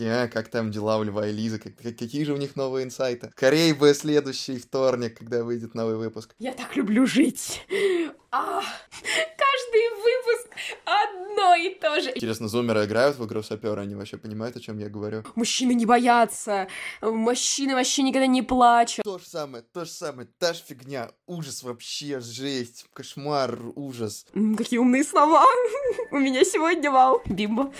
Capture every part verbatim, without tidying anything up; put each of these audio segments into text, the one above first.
А, как там дела у Льва и Лизы? Как, как- какие же у них новые инсайты? Скорей бы следующий вторник, когда выйдет новый выпуск. Я так люблю жить. А, каждый выпуск одно и то же. Интересно, зумеры играют в игру сапера? Они вообще понимают, о чем я говорю? Мужчины не боятся. Мужчины вообще никогда не плачут. То же самое, то же самое, та же фигня. Ужас вообще, жесть, кошмар, ужас. М, Какие умные слова. У меня сегодня вау. Бимбо.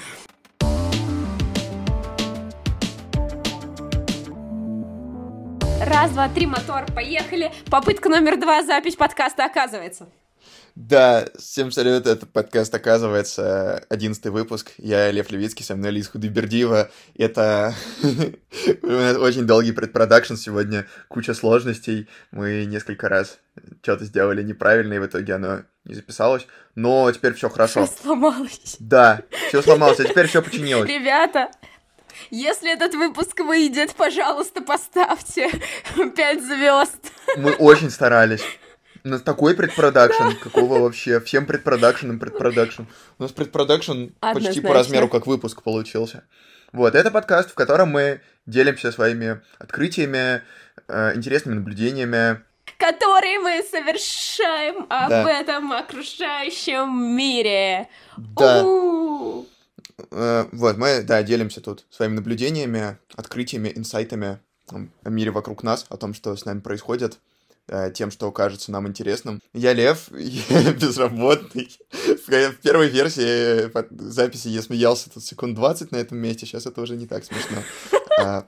Раз, два, три, мотор, поехали. Попытка номер два, запись подкаста, оказывается. Да, всем салют, это подкаст, оказывается, одиннадцатый выпуск. Я Лев Левицкий, со мной Лиза Худайбердиева. Это очень долгий предпродакшн сегодня, куча сложностей. Мы несколько раз что-то сделали неправильно, и в итоге оно не записалось. Но теперь все хорошо. Все сломалось. Да, все сломалось, а теперь все починилось. Ребята, если этот выпуск выйдет, пожалуйста, поставьте пять звезд. Мы очень старались. У нас такой предпродакшн, какого вообще? Всем предпродакшеном предпродакшн. У нас предпродакшн почти по размеру, как выпуск получился. Вот, это подкаст, в котором мы делимся своими открытиями, э, интересными наблюдениями. Которые мы совершаем об Да. этом окружающем мире. Да. У-у-у. Э, вот, мы, да, делимся тут своими наблюдениями, открытиями, инсайтами там, о мире вокруг нас, о том, что с нами происходит, э, тем, что кажется нам интересным. Я Лев, я безработный. В в первой версии под- записи я смеялся тут секунд двадцать на этом месте, сейчас это уже не так смешно. А,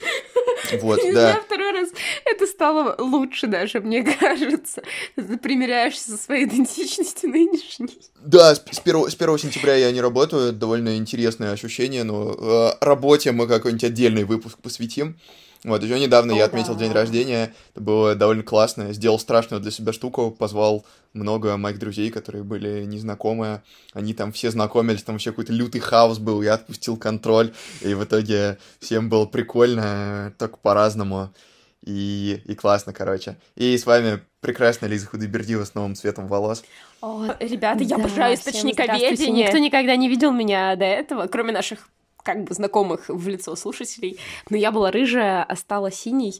Вот, Я да. второй раз это стало лучше даже, мне кажется. Ты примиряешься со своей идентичностью нынешней. Да, с с первого, с первого сентября я не работаю, это довольно интересное ощущение, но э, работе мы какой-нибудь отдельный выпуск посвятим. Вот, еще недавно О, я отметил да. день рождения, это было довольно классно, я сделал страшную для себя штуку, позвал много моих друзей, которые были незнакомые, они там все знакомились, там вообще какой-то лютый хаос был, я отпустил контроль, и в итоге всем было прикольно, только по-разному, и, и классно, короче. И с вами прекрасная Лиза Худайбердиева с новым цветом волос. О, ребята, я Да, обожаю всем источниковедение. здравствуйте. Никто никогда не видел меня до этого, кроме наших как бы знакомых в лицо слушателей. Но я была рыжая, а стала синей.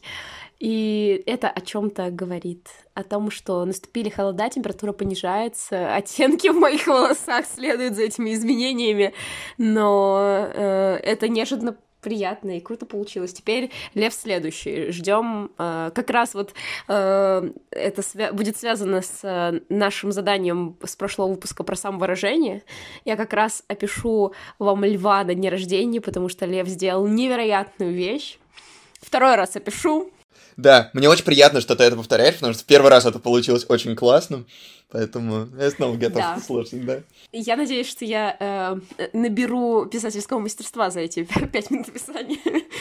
И это о чем-то говорит. О том, что наступили холода, температура понижается, оттенки в моих волосах следуют за этими изменениями. Но э, это неожиданно приятно и круто получилось. Теперь Лев следующий. Ждем. Э, как раз вот э, это свя- будет связано с э, нашим заданием с прошлого выпуска про самовыражение. Я как раз опишу вам Льва на дне рождения, потому что Лев сделал невероятную вещь. Второй раз опишу. Да, мне очень приятно, что ты это повторяешь, потому что в первый раз это получилось очень классно, поэтому я снова готов Да. слушать, да. Я надеюсь, что я э, наберу писательского мастерства за эти пять минут описания.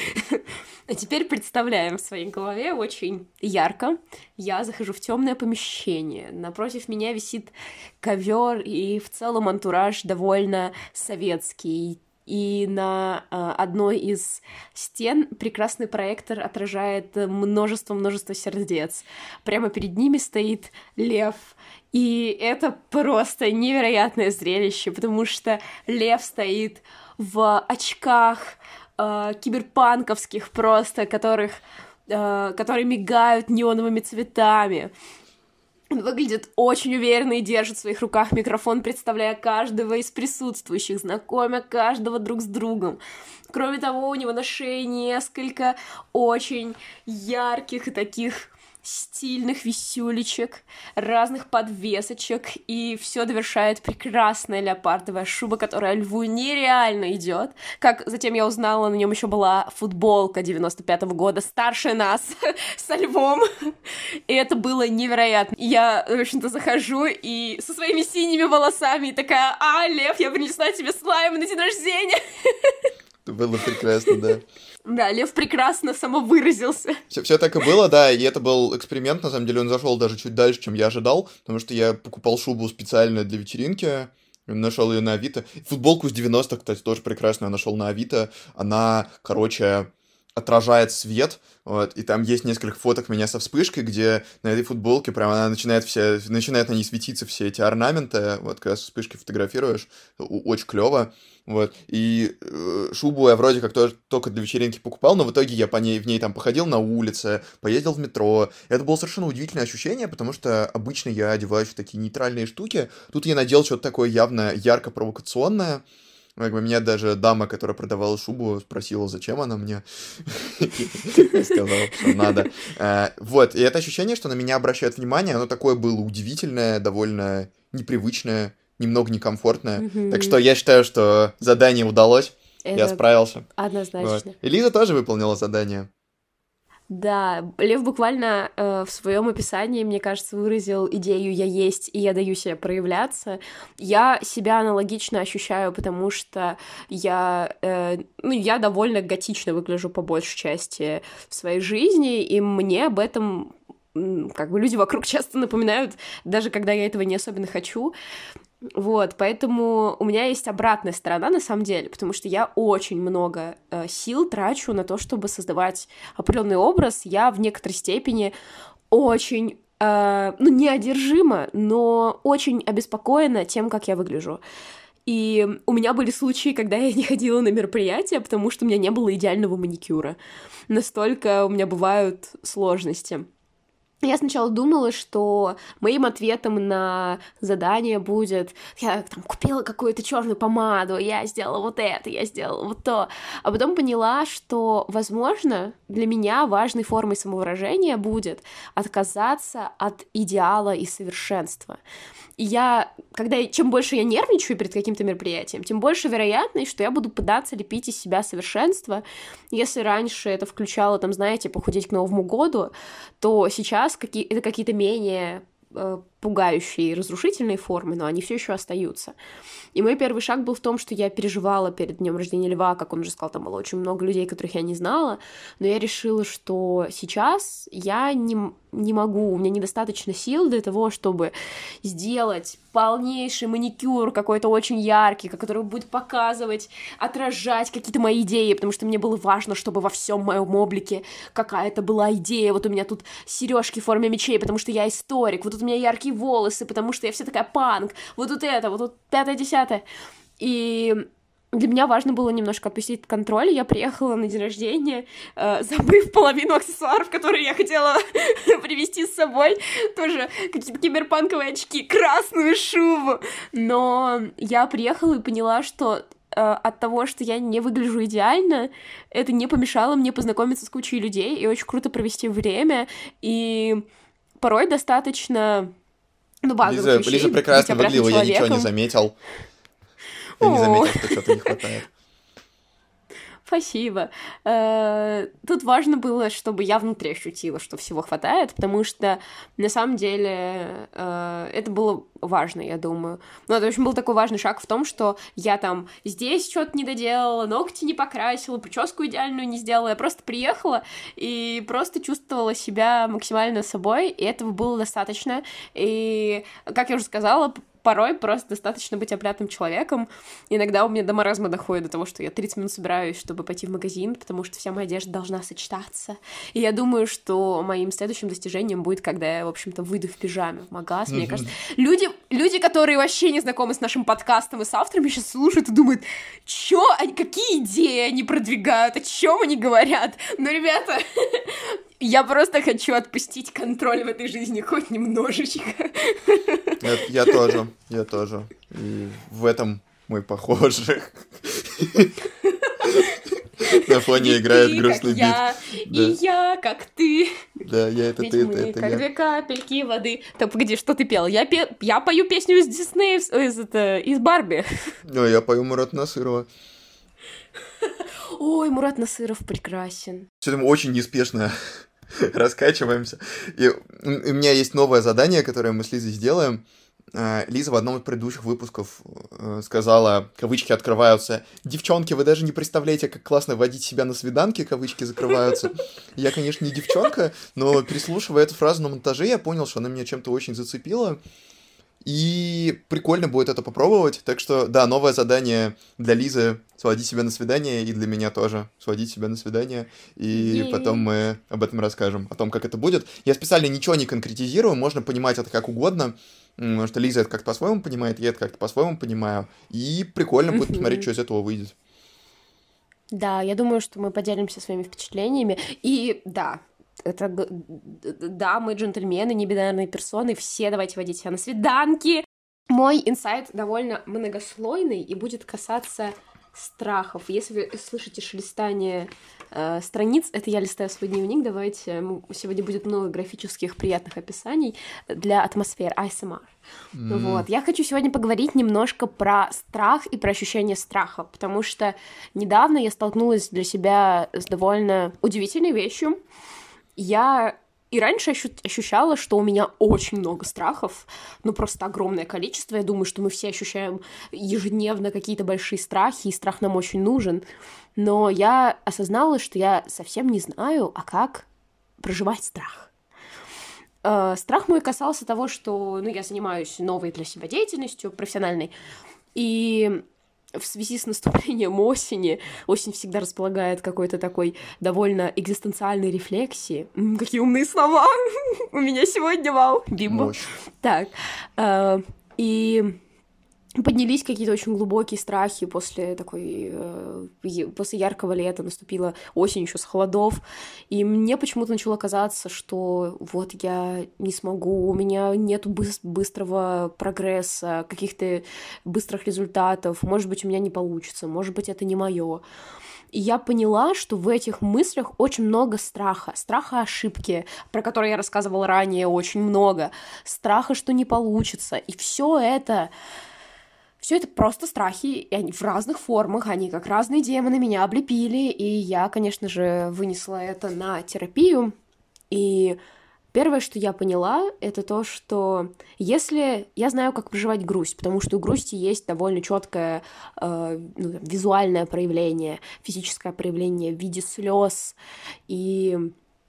А теперь представляем в своей голове очень ярко. Я захожу в темное помещение. Напротив меня висит ковер, и в целом антураж довольно советский. И на э, одной из стен прекрасный проектор отражает множество-множество сердец. Прямо перед ними стоит лев. И это просто невероятное зрелище, потому что лев стоит в очках э, киберпанковских просто, которых, э, которые мигают неоновыми цветами. Он выглядит очень уверенно и держит в своих руках микрофон, представляя каждого из присутствующих, знакомя каждого друг с другом. Кроме того, у него на шее несколько очень ярких и таких стильных висюлечек, разных подвесочек, и все довершает прекрасная леопардовая шуба, которая льву нереально идет. Как затем я узнала, на нем еще была футболка девяносто пятого года, старше нас, со львом, и это было невероятно. Я, в общем-то, захожу и со своими синими волосами и такая: а, Лев, я принесла тебе слайм на день рождения. Это было прекрасно, да. Да, Лев прекрасно самовыразился. Все, все так и было, да, и это был эксперимент, на самом деле он зашел даже чуть дальше, чем я ожидал, потому что я покупал шубу специально для вечеринки, нашел ее на Авито. Футболку с девяностых, кстати, тоже прекрасную нашел на Авито. Она, короче, отражает свет, вот, и там есть несколько фоток меня со вспышкой, где на этой футболке прям она начинает все, начинает на ней светиться все эти орнаменты, вот, когда с вспышкой фотографируешь, очень клево, вот, и э, шубу я вроде как тоже только для вечеринки покупал, но в итоге я по ней, в ней там походил на улице, поездил в метро, это было совершенно удивительное ощущение, потому что обычно я одеваюсь в такие нейтральные штуки, тут я надел что-то такое явно ярко-провокационное. Как бы меня даже дама, которая продавала шубу, спросила, зачем она мне. Я сказал, что надо. Вот, и это ощущение, что на меня обращают внимание, оно такое было удивительное, довольно непривычное, немного некомфортное. Так что я считаю, что задание удалось, я справился. Однозначно. И Лиза тоже выполнила задание. Да, Лев буквально э, в своем описании, мне кажется, выразил идею «я есть, и я даю себе проявляться». Я себя аналогично ощущаю, потому что я, э, ну, я довольно готично выгляжу по большей части в своей жизни, и мне об этом как бы люди вокруг часто напоминают, даже когда я этого не особенно хочу. Вот, поэтому у меня есть обратная сторона, на самом деле, потому что я очень много э, сил трачу на то, чтобы создавать определенный образ. Я в некоторой степени очень, э, ну, не одержима, но очень обеспокоена тем, как я выгляжу. И у меня были случаи, когда я не ходила на мероприятия, потому что у меня не было идеального маникюра. Настолько у меня бывают сложности. Я сначала думала, что моим ответом на задание будет: я там купила какую-то черную помаду, я сделала вот это, я сделала вот то. А потом поняла, что, возможно, для меня важной формой самовыражения будет отказаться от идеала и совершенства. И я, когда, чем больше я нервничаю перед каким-то мероприятием, тем больше вероятность, что я буду пытаться лепить из себя совершенство. Если раньше это включало, там, знаете, похудеть к Новому году, то сейчас какие- это какие-то менее э, пугающие и разрушительные формы, но они все еще остаются. И мой первый шаг был в том, что я переживала перед днем рождения Льва, как он уже сказал, там было очень много людей, которых я не знала, но я решила, что сейчас я не, не могу, у меня недостаточно сил для того, чтобы сделать полнейший маникюр какой-то очень яркий, который будет показывать, отражать какие-то мои идеи, потому что мне было важно, чтобы во всем моем облике какая-то была идея. Вот у меня тут сережки в форме мечей, потому что я историк, вот тут у меня яркие волосы, потому что я вся такая панк, вот тут это, вот тут пятое-десятое. И для меня важно было немножко отпустить контроль. Я приехала на день рождения, э, забыв половину аксессуаров, которые я хотела привезти с собой. Тоже какие-то киберпанковые очки, красную шубу. Но я приехала и поняла, что э, от того, что я не выгляжу идеально, это не помешало мне познакомиться с кучей людей и очень круто провести время. И порой достаточно... Ну, базовых Лиза, вещей, Лиза прекрасно выглядела, я ничего не заметил. Я не заметил, что что-то не хватает. Спасибо. Тут важно было, чтобы я внутри ощутила, что всего хватает, потому что на самом деле это было важно, я думаю. Ну, это, в общем, был такой важный шаг в том, что я там здесь что-то не доделала, ногти не покрасила, прическу идеальную не сделала, я просто приехала и просто чувствовала себя максимально собой, и этого было достаточно. И, как я уже сказала, порой просто достаточно быть опрятным человеком. Иногда у меня до маразма доходит до того, что я тридцать минут собираюсь, чтобы пойти в магазин, потому что вся моя одежда должна сочетаться. И я думаю, что моим следующим достижением будет, когда я, в общем-то, выйду в пижаме в магаз. Mm-hmm. Мне кажется, люди, люди, которые вообще не знакомы с нашим подкастом и с авторами, сейчас слушают и думают, чё, они, какие идеи они продвигают, о чем они говорят. Но, ребята... Я просто хочу отпустить контроль в этой жизни хоть немножечко. Я, я тоже, я тоже. И в этом мы похожи. На фоне играет грустный бит. Я, и я, как ты. Да, я это ты, это я. Как две капельки воды. Так, погоди, что ты пел? Я я пою песню из Диснея, из Барби. Ну, я пою Мурат Насырова. Ой, Мурат Насыров прекрасен. Что-то мы очень неспешно раскачиваемся. И у меня есть новое задание, которое мы с Лизой сделаем. Лиза в одном из предыдущих выпусков сказала, кавычки открываются, девчонки, вы даже не представляете, как классно водить себя на свиданке, кавычки закрываются. Я, конечно, не девчонка, но переслушивая эту фразу на монтаже, я понял, что она меня чем-то очень зацепила. И прикольно будет это попробовать. Так что, да, новое задание для Лизы — сводить себя на свидание, и для меня тоже сводить себя на свидание. И потом Ей. мы об этом расскажем, о том, как это будет. Я специально ничего не конкретизирую, можно понимать это как угодно, м, потому что Лиза это как-то по-своему понимает, я это как-то по-своему понимаю. И прикольно будет посмотреть, Мгм. что из этого выйдет. Да, я думаю, что мы поделимся своими впечатлениями. И да, это г- д- д- да, мы джентльмены, небинарные персоны, все давайте водить себя на свиданки. Мой инсайт довольно многослойный и будет касаться страхов. Если вы слышите шелестание э, страниц, это я листаю свой дневник. Давайте, м, сегодня будет много графических приятных описаний для атмосфер эй эс эм ар. М, Вот. Я хочу сегодня поговорить немножко про страх и про ощущение страха, потому что недавно я столкнулась для себя с довольно удивительной вещью. Я и раньше ощу- ощущала, что у меня очень много страхов, ну просто огромное количество. Я думаю, что мы все ощущаем ежедневно какие-то большие страхи, и страх нам очень нужен. Но я осознала, что я совсем не знаю, а как проживать страх. Э, Страх мой касался того, что, ну, я занимаюсь новой для себя деятельностью профессиональной, и в связи с наступлением осени, осень всегда располагает какой-то такой довольно экзистенциальной рефлексии. М, какие умные слова! У меня сегодня, вау, бимба. Мощь. Так, э, и поднялись какие-то очень глубокие страхи после такой, э, е- после яркого лета, наступила осень еще с холодов, и мне почему-то начало казаться, что вот я не смогу, у меня нет быстрого прогресса, каких-то быстрых результатов, может быть, у меня не получится, может быть, это не мое. И я поняла, что в этих мыслях очень много страха, страха ошибки, про который я рассказывала ранее, очень много, страха, что не получится, и все это все это просто страхи, и они в разных формах, они как разные демоны меня облепили, и я, конечно же, вынесла это на терапию. И первое, что я поняла, это то, что если я знаю, как проживать грусть, потому что у грусти есть довольно четкое э, ну, там, визуальное проявление, физическое проявление в виде слез, и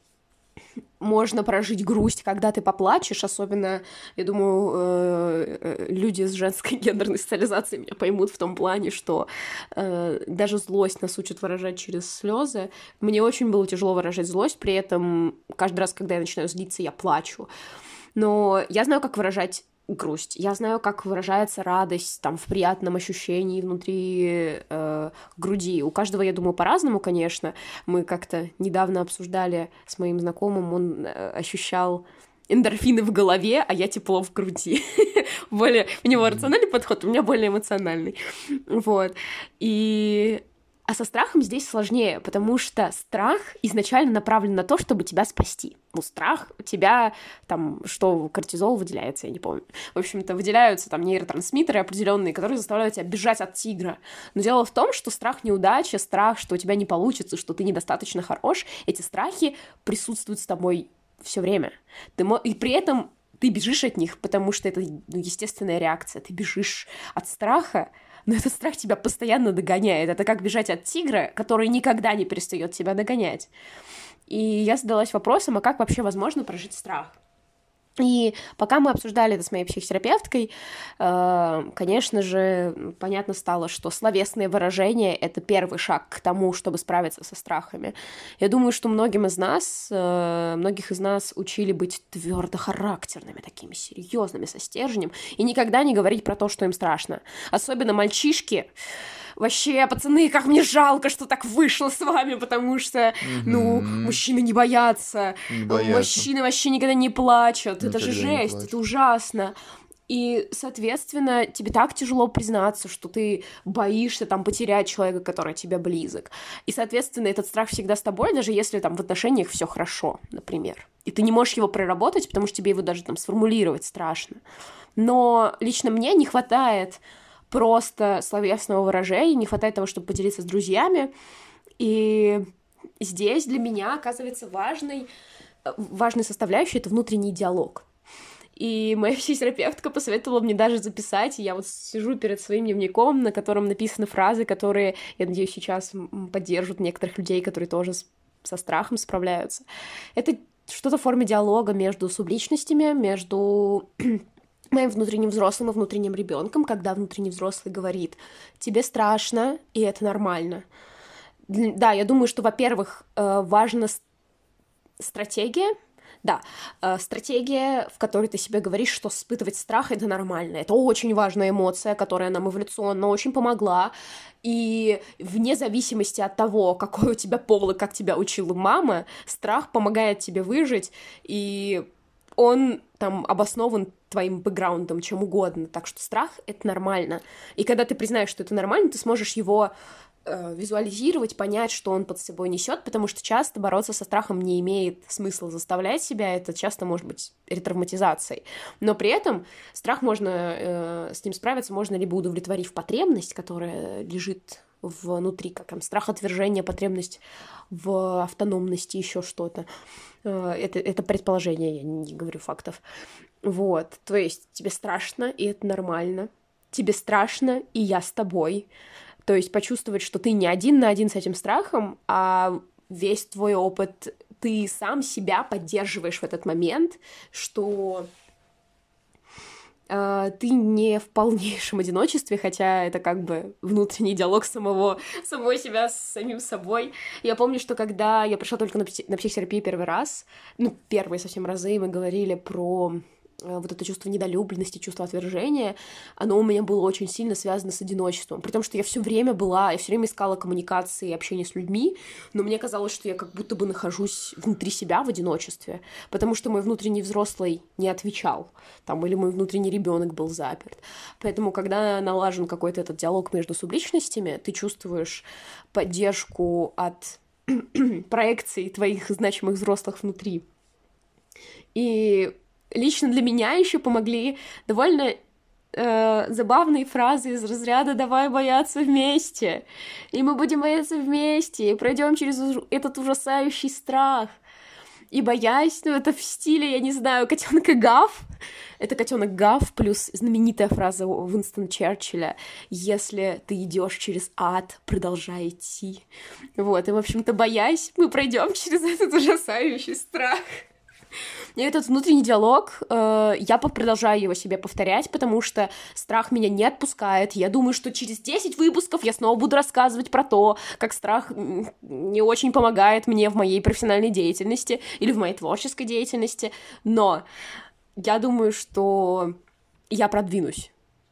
можно прожить грусть, когда ты поплачешь, особенно, я думаю, э, э, люди с женской гендерной социализацией меня поймут в том плане, что э, даже злость нас учат выражать через слезы. Мне очень было тяжело выражать злость, при этом каждый раз, когда я начинаю злиться, я плачу. Но я знаю, как выражать грусть. Я знаю, как выражается радость там в приятном ощущении внутри э, груди. У каждого, я думаю, по-разному, конечно. Мы как-то недавно обсуждали с моим знакомым, он э, ощущал эндорфины в голове, а я тепло в груди. Более у него М, рациональный подход, у меня более эмоциональный. Вот. И а со страхом здесь сложнее, потому что страх изначально направлен на то, чтобы тебя спасти. Ну, страх у тебя, там, что кортизол выделяется, я не помню. В общем-то, выделяются там нейротрансмиттеры определенные, которые заставляют тебя бежать от тигра. Но дело в том, что страх неудачи, страх, что у тебя не получится, что ты недостаточно хорош, эти страхи присутствуют с тобой все время. Ты мо... И при этом ты бежишь от них, потому что это ну, естественная реакция. Ты бежишь от страха, но этот страх тебя постоянно догоняет. Это как бежать от тигра, который никогда не перестает тебя догонять. И я задалась вопросом, а как вообще возможно прожить страх? И пока мы обсуждали это с моей психотерапевткой, э, конечно же, понятно стало, что словесные выражения — это первый шаг к тому, чтобы справиться со страхами. Я думаю, что многим из нас, э, многих из нас учили быть твердохарактерными, такими серьезными, со стержнем, и никогда не говорить про то, что им страшно. Особенно мальчишки. Вообще, пацаны, как мне жалко, что так вышло с вами, потому что, ну, мгм. мужчины не боятся, Не боятся. мужчины вообще никогда не плачут, это же Никогда не жесть, это плачут. ужасно. И, соответственно, тебе так тяжело признаться, что ты боишься там потерять человека, который тебе близок. И, соответственно, этот страх всегда с тобой, даже если там в отношениях все хорошо, например. И ты не можешь его проработать, потому что тебе его даже там сформулировать страшно. Но лично мне не хватает просто словесного выражения, не хватает того, чтобы поделиться с друзьями. И здесь для меня оказывается важной, важной составляющей — это внутренний диалог. И моя психотерапевтка посоветовала мне даже записать, и я вот сижу перед своим дневником, на котором написаны фразы, которые, я надеюсь, сейчас поддержат некоторых людей, которые тоже с, со страхом справляются. Это что-то в форме диалога между субличностями, между моим внутренним взрослым и внутренним ребенком, когда внутренний взрослый говорит: тебе страшно, и это нормально. Да, я думаю, что, во-первых, важна стратегия. Да, э, стратегия, в которой ты себе говоришь, что испытывать страх — это нормально. Это очень важная эмоция, которая нам эволюционно очень помогла. И вне зависимости от того, какой у тебя пол и как тебя учила мама, страх помогает тебе выжить, и он там обоснован твоим бэкграундом, чем угодно. Так что страх — это нормально. И когда ты признаешь, что это нормально, ты сможешь его визуализировать, понять, что он под собой несет, потому что часто бороться со страхом не имеет смысла заставлять себя, это часто может быть ретравматизацией. Но при этом страх можно, э, с ним справиться можно либо удовлетворив потребность, которая лежит внутри, как там страх отвержения, потребность в автономности, еще что-то. Э, это, это предположение, я не говорю фактов. Вот, то есть тебе страшно, и это нормально. Тебе страшно, и я с тобой. То есть почувствовать, что ты не один на один с этим страхом, а весь твой опыт, ты сам себя поддерживаешь в этот момент, что э, ты не в полнейшем одиночестве, хотя это как бы внутренний диалог самого, самого себя с самим собой. Я помню, что когда я пришла только на, пси- на психотерапию первый раз, ну, первые совсем разы, мы говорили про вот это чувство недолюбленности, чувство отвержения, оно у меня было очень сильно связано с одиночеством. При том, что я все время была, я все время искала коммуникации и общения с людьми, но мне казалось, что я как будто бы нахожусь внутри себя в одиночестве, потому что мой внутренний взрослый не отвечал, там, или мой внутренний ребенок был заперт. Поэтому, когда налажен какой-то этот диалог между субличностями, ты чувствуешь поддержку от проекций твоих значимых взрослых внутри. И лично для меня еще помогли довольно э, забавные фразы из разряда «давай бояться вместе», и мы будем бояться вместе, и пройдем через этот ужасающий страх. И боясь, ну это в стиле, я не знаю, котенка Гав. Это котенок Гав плюс знаменитая фраза Уинстона Черчилля: «Если ты идешь через ад, продолжай идти». Вот, и, в общем-то, боясь, мы пройдем через этот ужасающий страх. И этот внутренний диалог, э, я продолжаю его себе повторять, потому что страх меня не отпускает. Я думаю, что через десять выпусков я снова буду рассказывать про то, как страх не очень помогает мне в моей профессиональной деятельности или в моей творческой деятельности. Но я думаю, что я продвинусь.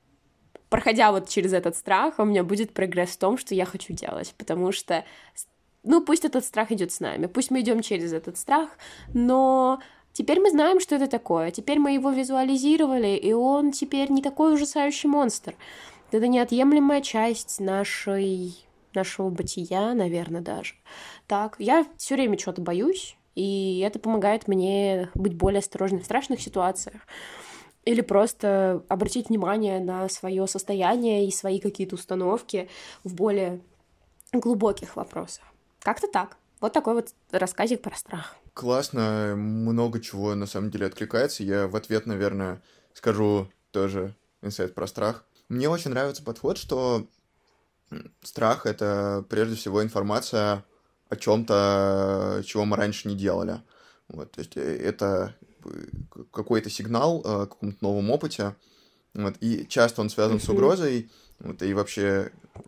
Проходя вот через этот страх, у меня будет прогресс в том, что я хочу делать, потому что ну, пусть этот страх идет с нами, пусть мы идем через этот страх, но теперь мы знаем, что это такое, теперь мы его визуализировали, и он теперь не такой ужасающий монстр. Это неотъемлемая часть нашей, нашего бытия, наверное, даже. Так, я все время чего-то боюсь, и это помогает мне быть более осторожной в страшных ситуациях. Или просто обратить внимание на свое состояние и свои какие-то установки в более глубоких вопросах. Как-то так. Вот такой вот рассказик про страх. Классно, много чего на самом деле откликается. Я в ответ, наверное, скажу тоже инсайт про страх. Мне очень нравится подход, что страх — это прежде всего информация о чем-то, чего мы раньше не делали. Вот, то есть это какой-то сигнал о каком-то новом опыте. Вот, и часто он связан с угрозой. Вот, и вообще,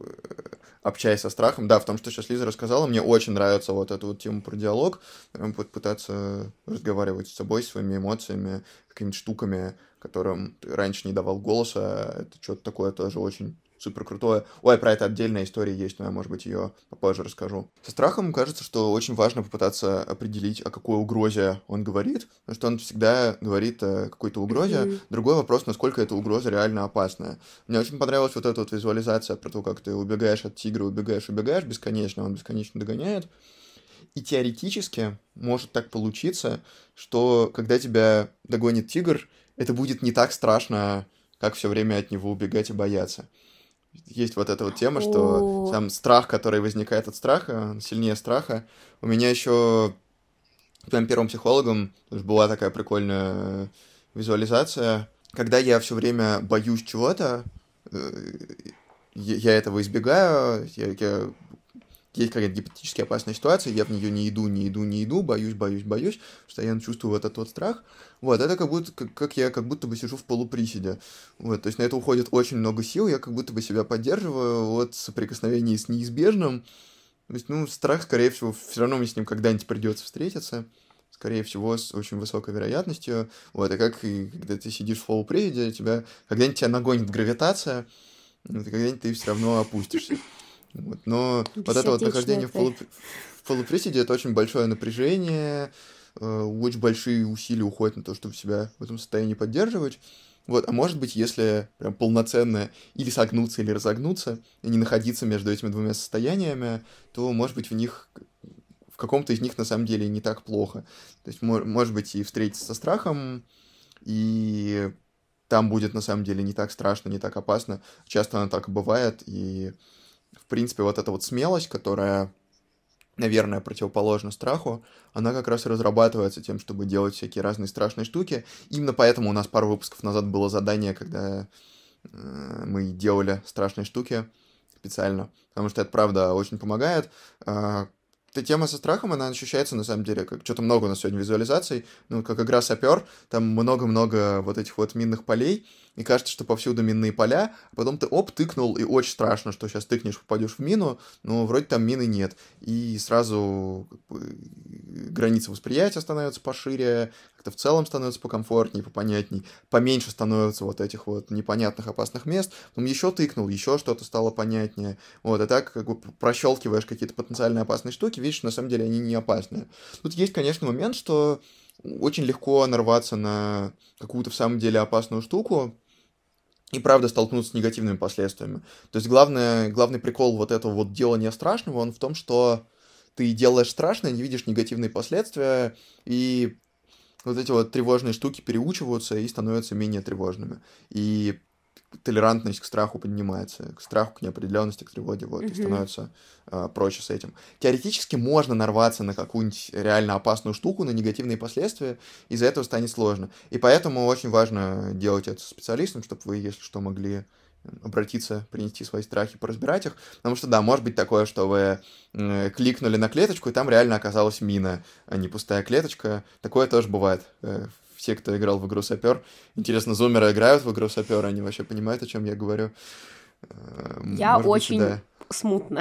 общаясь со страхом, да, в том, что сейчас Лиза рассказала, мне очень нравится вот эта вот тема про диалог, прям вот пытаться разговаривать с собой, своими эмоциями, какими-то штуками, которым ты раньше не давал голоса, это что-то такое тоже очень супер крутое. Ой, про это отдельная история есть, но я, может быть, ее попозже расскажу. Со страхом кажется, что очень важно попытаться определить, о какой угрозе он говорит, потому что он всегда говорит о какой-то угрозе. Mm-hmm. Другой вопрос, насколько эта угроза реально опасная. Мне очень понравилась вот эта вот визуализация про то, как ты убегаешь от тигра, убегаешь, убегаешь бесконечно, он бесконечно догоняет. И теоретически может так получиться, что когда тебя догонит тигр, это будет не так страшно, как все время от него убегать и бояться. Есть вот эта вот тема, что сам страх, который возникает от страха, сильнее страха. У меня еще моим первым психологом была такая прикольная визуализация. Когда я все время боюсь чего-то, я этого избегаю, я, я есть какая-то гипотетически опасная ситуация, я в нее не иду, не иду, не иду, боюсь, боюсь, боюсь, постоянно чувствую вот этот вот страх. Вот, это как будто, как, как я как будто бы сижу в полуприседе. Вот, то есть на это уходит очень много сил, я как будто бы себя поддерживаю от соприкосновения с неизбежным. То есть, ну, страх, скорее всего, все равно мне с ним когда-нибудь придется встретиться. Скорее всего, с очень высокой вероятностью. Вот, и как и когда ты сидишь в полуприседе, тебя когда-нибудь тебя нагонит гравитация, вот, и когда-нибудь ты все равно опустишься. Вот. Но вот это вот нахождение в, полуп... в полуприседе, это очень большое напряжение, э, очень большие усилия уходят на то, чтобы себя в этом состоянии поддерживать. Вот. А может быть, если прям полноценно или согнуться, или разогнуться, и не находиться между этими двумя состояниями, то, может быть, в них, в каком-то из них на самом деле не так плохо. То есть, мо- может быть, и встретиться со страхом, и там будет на самом деле не так страшно, не так опасно. Часто оно так и бывает, и в принципе, вот эта вот смелость, которая, наверное, противоположна страху, она как раз и разрабатывается тем, чтобы делать всякие разные страшные штуки. Именно поэтому у нас пару выпусков назад было задание, когда э, мы делали страшные штуки специально, потому что это, правда, очень помогает. Э, эта тема со страхом, она ощущается, на самом деле, как что-то много у нас сегодня визуализаций, ну, как игра «Сапер», там много-много вот этих вот минных полей, и кажется, что повсюду минные поля, а потом ты, оп, тыкнул, и очень страшно, что сейчас тыкнешь, попадешь в мину, но вроде там мины нет. И сразу как бы, граница восприятия становится пошире, как-то в целом становится покомфортнее, попонятней, поменьше становится вот этих вот непонятных опасных мест, потом еще тыкнул, еще что-то стало понятнее. Вот, и так как бы прощелкиваешь какие-то потенциально опасные штуки, видишь, на самом деле они не опасные. Тут есть, конечно, момент, что очень легко нарваться на какую-то в самом деле опасную штуку, и правда столкнуться с негативными последствиями. То есть главное, главный прикол вот этого вот делания страшного, он в том, что ты делаешь страшное, не видишь негативные последствия, и вот эти вот тревожные штуки переучиваются и становятся менее тревожными. И толерантность к страху поднимается, к страху, к неопределенности, к тревоге, вот, mm-hmm. и становится э, проще с этим. Теоретически можно нарваться на какую-нибудь реально опасную штуку, на негативные последствия, из-за этого станет сложно. И поэтому очень важно делать это с специалистом, чтобы вы, если что, могли обратиться, принести свои страхи, поразбирать их. Потому что, да, может быть такое, что вы э, кликнули на клеточку, и там реально оказалась мина, а не пустая клеточка. Такое тоже бывает. Э, все, кто играл в игру «Сапер». Интересно, зумеры играют в игру «Сапер», они вообще понимают, о чем я говорю? Я Может очень быть, да. смутно.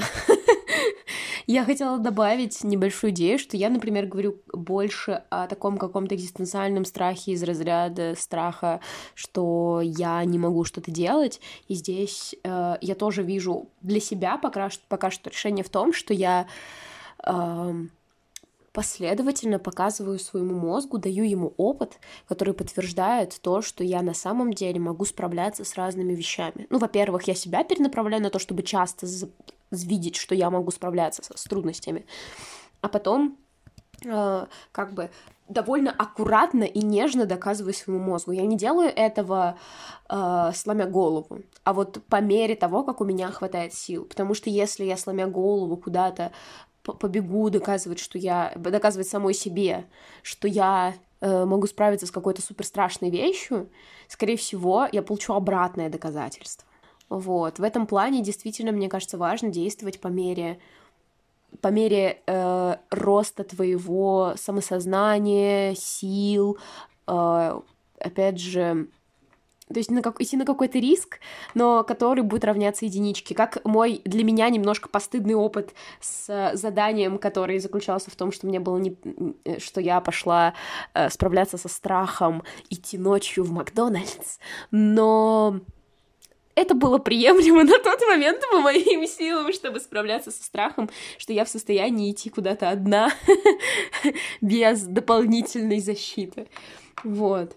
Я хотела добавить небольшую идею, что я, например, говорю больше о таком каком-то экзистенциальном страхе из разряда страха, что я не могу что-то делать. И здесь э, я тоже вижу для себя пока, пока что решение в том, что я... Э, последовательно показываю своему мозгу, даю ему опыт, который подтверждает то, что я на самом деле могу справляться с разными вещами. Ну, во-первых, я себя перенаправляю на то, чтобы часто видеть, что я могу справляться с, с трудностями, а потом э, как бы довольно аккуратно и нежно доказываю своему мозгу. Я не делаю этого э, сломя голову, а вот по мере того, как у меня хватает сил. Потому что если я сломя голову куда-то побегу доказывать, что я... доказывать самой себе, что я э, могу справиться с какой-то суперстрашной вещью, скорее всего, я получу обратное доказательство. Вот. В этом плане действительно, мне кажется, важно действовать по мере... по мере э, роста твоего самосознания, сил, э, опять же... То есть на как, идти на какой-то риск, но который будет равняться единичке. Как мой для меня немножко постыдный опыт с заданием, который заключался в том, что мне было не... что я пошла э, справляться со страхом идти ночью в Макдональдс, но это было приемлемо на тот момент по моим силам, чтобы справляться со страхом, что я в состоянии идти куда-то одна без дополнительной защиты. Вот.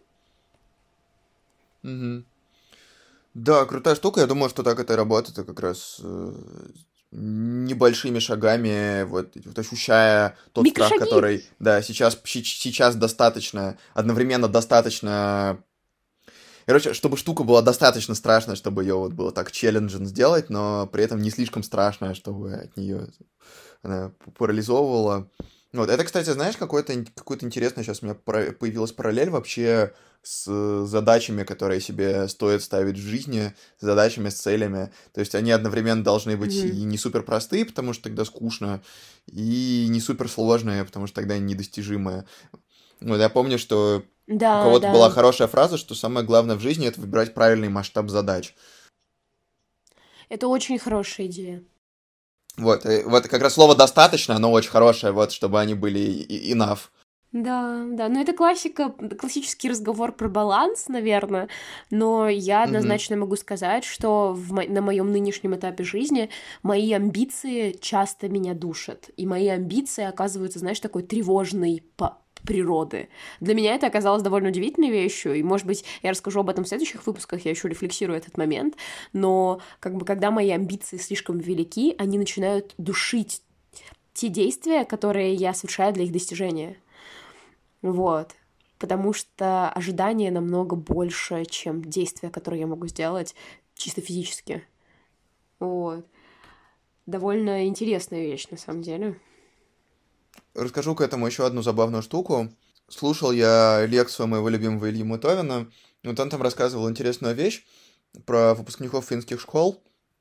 Угу. Да, крутая штука. Я думаю, что так это и работает, и как раз э, небольшими шагами, вот, вот ощущая тот Микрошаги. страх, который, да, сейчас, сейчас достаточно, одновременно достаточно... Короче, чтобы штука была достаточно страшная, чтобы ее вот было так челленджен сделать, но при этом не слишком страшная, чтобы от нее она парализовывала. Вот, это, кстати, знаешь, какое-то, ин- какое-то интересное сейчас у меня пара- появилась параллель вообще с задачами, которые себе стоит ставить в жизни, с задачами, с целями. То есть они одновременно должны быть Мгм. и не супер простые, потому что тогда скучно, и не супер сложные, потому что тогда они недостижимые. Вот я помню, что у Да, кого-то была да. хорошая фраза, что самое главное в жизни — это выбирать правильный масштаб задач. Это очень хорошая идея. Вот, и вот как раз слово «достаточно», оно очень хорошее, вот, чтобы они были и- enough. Да, да, ну это классика, классический разговор про баланс, наверное, но я Мгм. однозначно могу сказать, что в мо- на моем нынешнем этапе жизни мои амбиции часто меня душат, и мои амбиции оказываются, знаешь, такой тревожной по природы. Для меня это оказалось довольно удивительной вещью, и, может быть, я расскажу об этом в следующих выпусках, я еще рефлексирую этот момент, но как бы когда мои амбиции слишком велики, они начинают душить те действия, которые я совершаю для их достижения. Вот. Потому что ожидание намного больше, чем действия, которые я могу сделать чисто физически. Вот. Довольно интересная вещь, на самом деле. Расскажу к этому еще одну забавную штуку. Слушал я лекцию моего любимого Ильи Мутовина, и вот он там рассказывал интересную вещь про выпускников финских школ.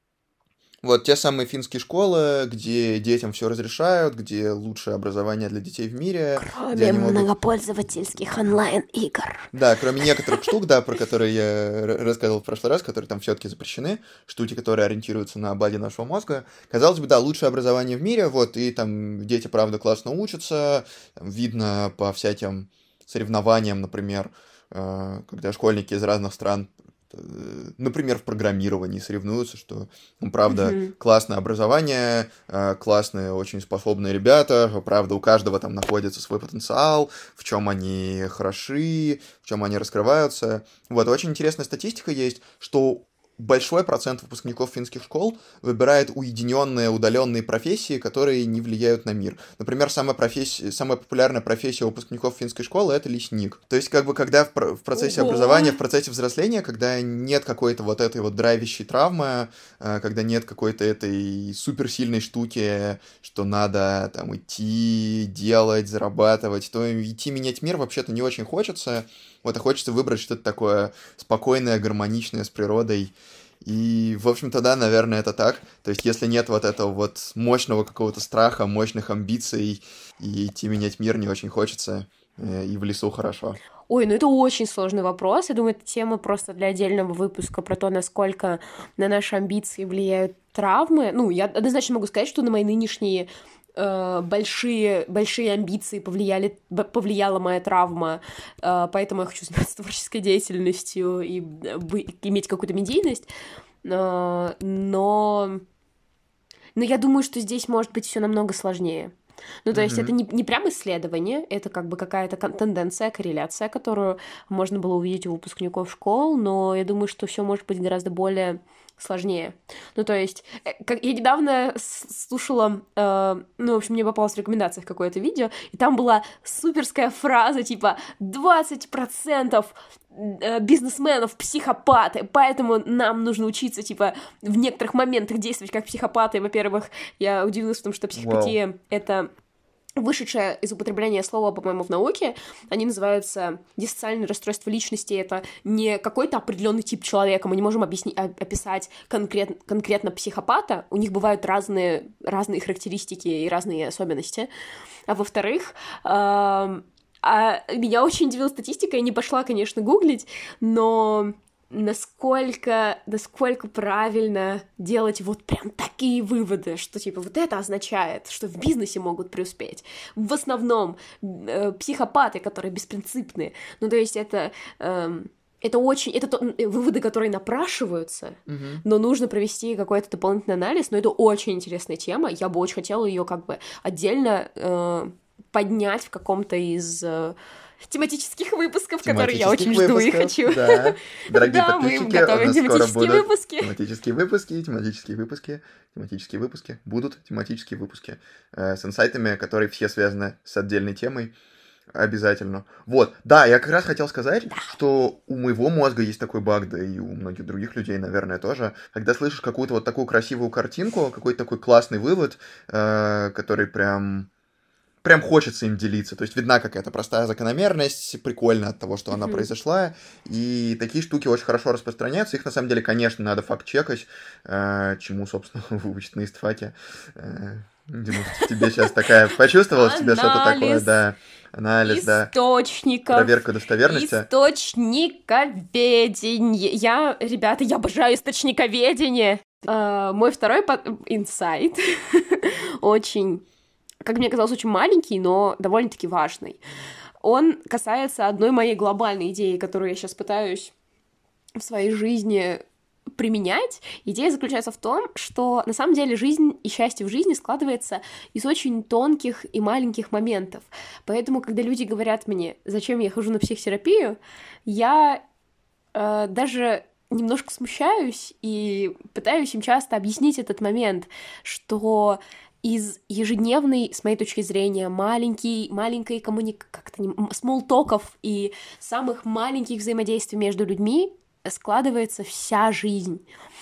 Вот те самые финские школы, где детям все разрешают, где лучшее образование для детей в мире, где Кроме они могут... многопользовательских онлайн-игр. Да, кроме некоторых штук, да, про которые я р- рассказывал в прошлый раз, которые там все-таки запрещены, штуки, которые ориентируются на базе нашего мозга. Казалось бы, да, лучшее образование в мире, вот, и там дети, правда, классно учатся, там видно по всяким соревнованиям, например, э, когда школьники из разных стран, э, например, в программировании соревнуются, что, ну, правда, Мгм. классное образование, э, классные, очень способные ребята, правда, у каждого там находится свой потенциал, в чем они хороши, в чем они раскрываются. Вот, очень интересная статистика есть, что большой процент выпускников финских школ выбирает уединенные, удаленные профессии, которые не влияют на мир. Например, самая, профессия, самая популярная профессия выпускников финской школы — это лесник. То есть, как бы, когда в, пр- в процессе Ого! образования, в процессе взросления, когда нет какой-то вот этой вот драйвящей травмы, э, когда нет какой-то этой суперсильной штуки, что надо там идти, делать, зарабатывать, то идти менять мир вообще-то не очень хочется. Вот, а хочется выбрать что-то такое спокойное, гармоничное с природой. И, в общем-то, да, наверное, это так. То есть, если нет вот этого вот мощного какого-то страха, мощных амбиций, и идти менять мир не очень хочется, э, и в лесу хорошо. Ой, ну это очень сложный вопрос. Я думаю, это тема просто для отдельного выпуска про то, насколько на наши амбиции влияют травмы. Ну, я однозначно могу сказать, что на мои нынешние э, большие, большие амбиции повлияли, б- повлияла моя травма, э, поэтому я хочу заниматься творческой деятельностью и э, бы- иметь какую-то медийность. Э, но, но я думаю, что здесь может быть все намного сложнее. Ну, то есть это Мгм. не, не прям исследование, это как бы какая-то кон- тенденция, корреляция, которую можно было увидеть у выпускников школ, но я думаю, что все может быть гораздо более сложнее. Ну, то есть, э, как я недавно с- слушала, э, ну, в общем, мне попалось в рекомендациях какое-то видео, и там была суперская фраза, типа, двадцать процентов э, бизнесменов психопаты, поэтому нам нужно учиться, типа, в некоторых моментах действовать как психопаты. Во-первых, я удивилась в том, что Вау. психопатия — это вышедшее из употребления слова, по-моему, в науке. Они называются диссоциальные расстройства личности. Это не какой-то определенный тип человека. Мы не можем объясни- а- описать конкрет- конкретно психопата. У них бывают разные, разные характеристики и разные особенности. А во-вторых, ам, а меня очень удивила статистика. Я не пошла, конечно, гуглить, но насколько, насколько правильно делать вот прям такие выводы, что типа вот это означает, что в бизнесе могут преуспеть. В основном э, психопаты, которые беспринципные. Ну, то есть это... эм, это очень... Это то- э, выводы, которые напрашиваются, Мгм. но нужно провести какой-то дополнительный анализ, но это очень интересная тема, я бы очень хотела ее как бы отдельно э, поднять в каком-то из э, тематических выпусков, которые я Тематических очень жду и выпусков, хочу. да. Дорогие Да, мы подписчики, у готовим нас скоро тематические будут выпуски. тематические выпуски, тематические выпуски, тематические выпуски. Будут тематические выпуски э, с инсайтами, которые все связаны с отдельной темой. Обязательно. Вот, да, я как раз хотел сказать, что у моего мозга есть такой баг, да и у многих других людей, наверное, тоже. Когда слышишь какую-то вот такую красивую картинку, какой-то такой классный вывод, э, который прям прям хочется им делиться. То есть видна какая-то простая закономерность, прикольно от того, что она mm-hmm. произошла. И такие штуки очень хорошо распространяются. Их, на самом деле, конечно, надо факт-чекать, э, чему, собственно, выучат на истфаке. Э, Дима, тебе сейчас такая... Почувствовалось в тебе что-то такое, да? Анализ, да. Источников. Проверка достоверности. Источниковедение. Я, ребята, я обожаю источниковедение. Uh, мой второй инсайт очень, как мне казалось, очень маленький, но довольно-таки важный. Он касается одной моей глобальной идеи, которую я сейчас пытаюсь в своей жизни применять. Идея заключается в том, что на самом деле жизнь и счастье в жизни складывается из очень тонких и маленьких моментов. Поэтому, когда люди говорят мне, зачем я хожу на психотерапию, я э, даже немножко смущаюсь и пытаюсь им часто объяснить этот момент, что из ежедневной, с моей точки зрения, маленький, маленькой коммуник... как-то не... смолтоков и самых маленьких взаимодействий между людьми складывается вся жизнь.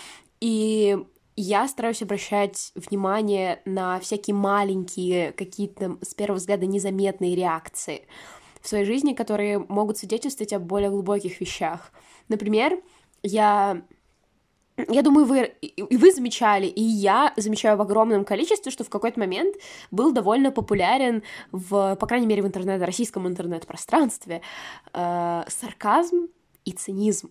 И я стараюсь обращать внимание на всякие маленькие, какие-то, с первого взгляда, незаметные реакции в своей жизни, которые могут свидетельствовать о более глубоких вещах. Например, я... Я думаю, вы, и вы замечали, и я замечаю в огромном количестве, что в какой-то момент был довольно популярен, в, по крайней мере, в интернет, российском интернет-пространстве, э, сарказм и цинизм.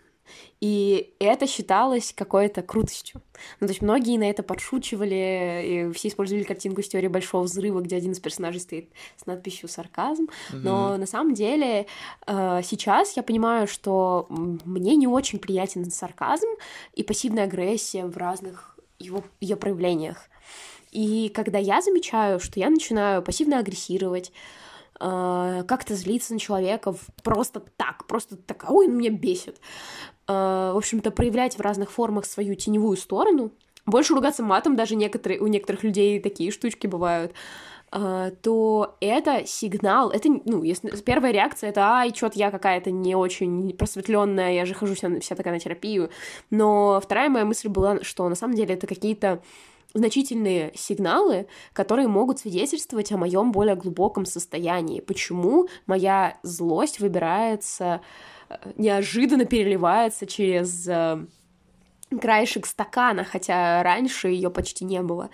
И это считалось какой-то крутостью. Ну, то есть многие на это подшучивали, и все использовали картинку из «Теории большого взрыва», где один из персонажей стоит с надписью «сарказм». Mm-hmm. Но на самом деле э, сейчас я понимаю, что мне не очень приятен сарказм и пассивная агрессия в разных его, ее проявлениях. И когда я замечаю, что я начинаю пассивно агрессировать, э, как-то злиться на человека просто так, просто так, ой, он меня бесит, в общем-то, проявлять в разных формах свою теневую сторону, больше ругаться матом, даже некоторые, у некоторых людей такие штучки бывают, то это сигнал, это, ну, если первая реакция — это «ай, чё-то я какая-то не очень просветленная, я же хожу вся, вся такая на терапию», но вторая моя мысль была, что на самом деле это какие-то значительные сигналы, которые могут свидетельствовать о моем более глубоком состоянии, почему моя злость выбирается, неожиданно переливается через э, краешек стакана, хотя раньше ее почти не было.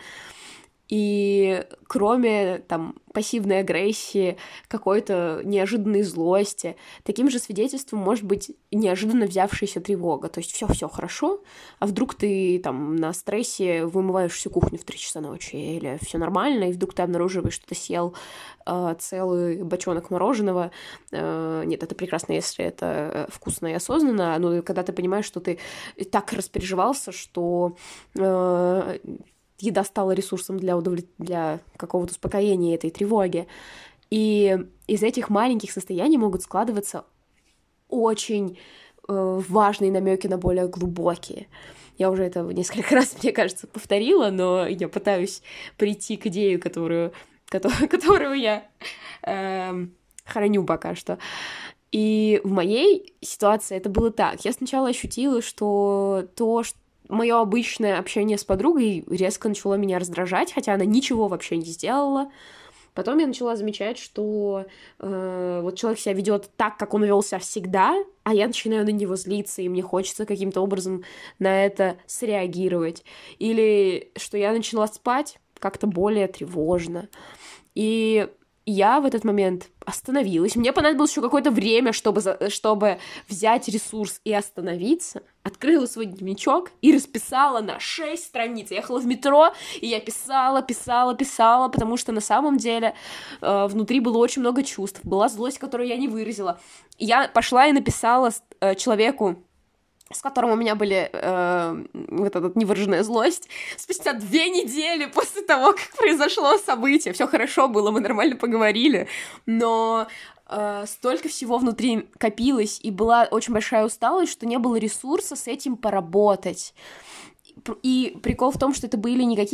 И кроме там пассивной агрессии, какой-то неожиданной злости, таким же свидетельством может быть неожиданно взявшаяся тревога. То есть все-все хорошо, а вдруг ты там на стрессе вымываешь всю кухню в три часа ночи, или все нормально, и вдруг ты обнаруживаешь, что ты съел э, целый бочонок мороженого. Э, нет, это прекрасно, если это вкусно и осознанно, но когда ты понимаешь, что ты так распереживался, что... Э, еда стала ресурсом для, удовлет... для какого-то успокоения этой тревоги. И из этих маленьких состояний могут складываться очень э, важные намеки на более глубокие. Я уже это несколько раз, мне кажется, повторила, но я пытаюсь прийти к идее, которую, которую, которую я э, храню пока что. И в моей ситуации это было так. Я сначала ощутила, что то, что мое обычное общение с подругой резко начало меня раздражать, хотя она ничего вообще не сделала. Потом я начала замечать, что э, вот человек себя ведет так, как он вел себя всегда, а я начинаю на него злиться, и мне хочется каким-то образом на это среагировать. Или что я начала спать как-то более тревожно. И я в этот момент остановилась. Мне понадобилось еще какое-то время, чтобы, чтобы взять ресурс и остановиться. Открыла свой дневничок и расписала на шесть страниц. Я ехала в метро, и я писала, писала, писала, потому что на самом деле э, внутри было очень много чувств. Была злость, которую я не выразила. Я пошла и написала э, человеку, с которым у меня были э, вот эта невыраженная злость, спустя две недели после того, как произошло событие. Все хорошо было, мы нормально поговорили, но э, столько всего внутри копилось, и была очень большая усталость, что не было ресурса с этим поработать. И прикол в том, что это были не какие-то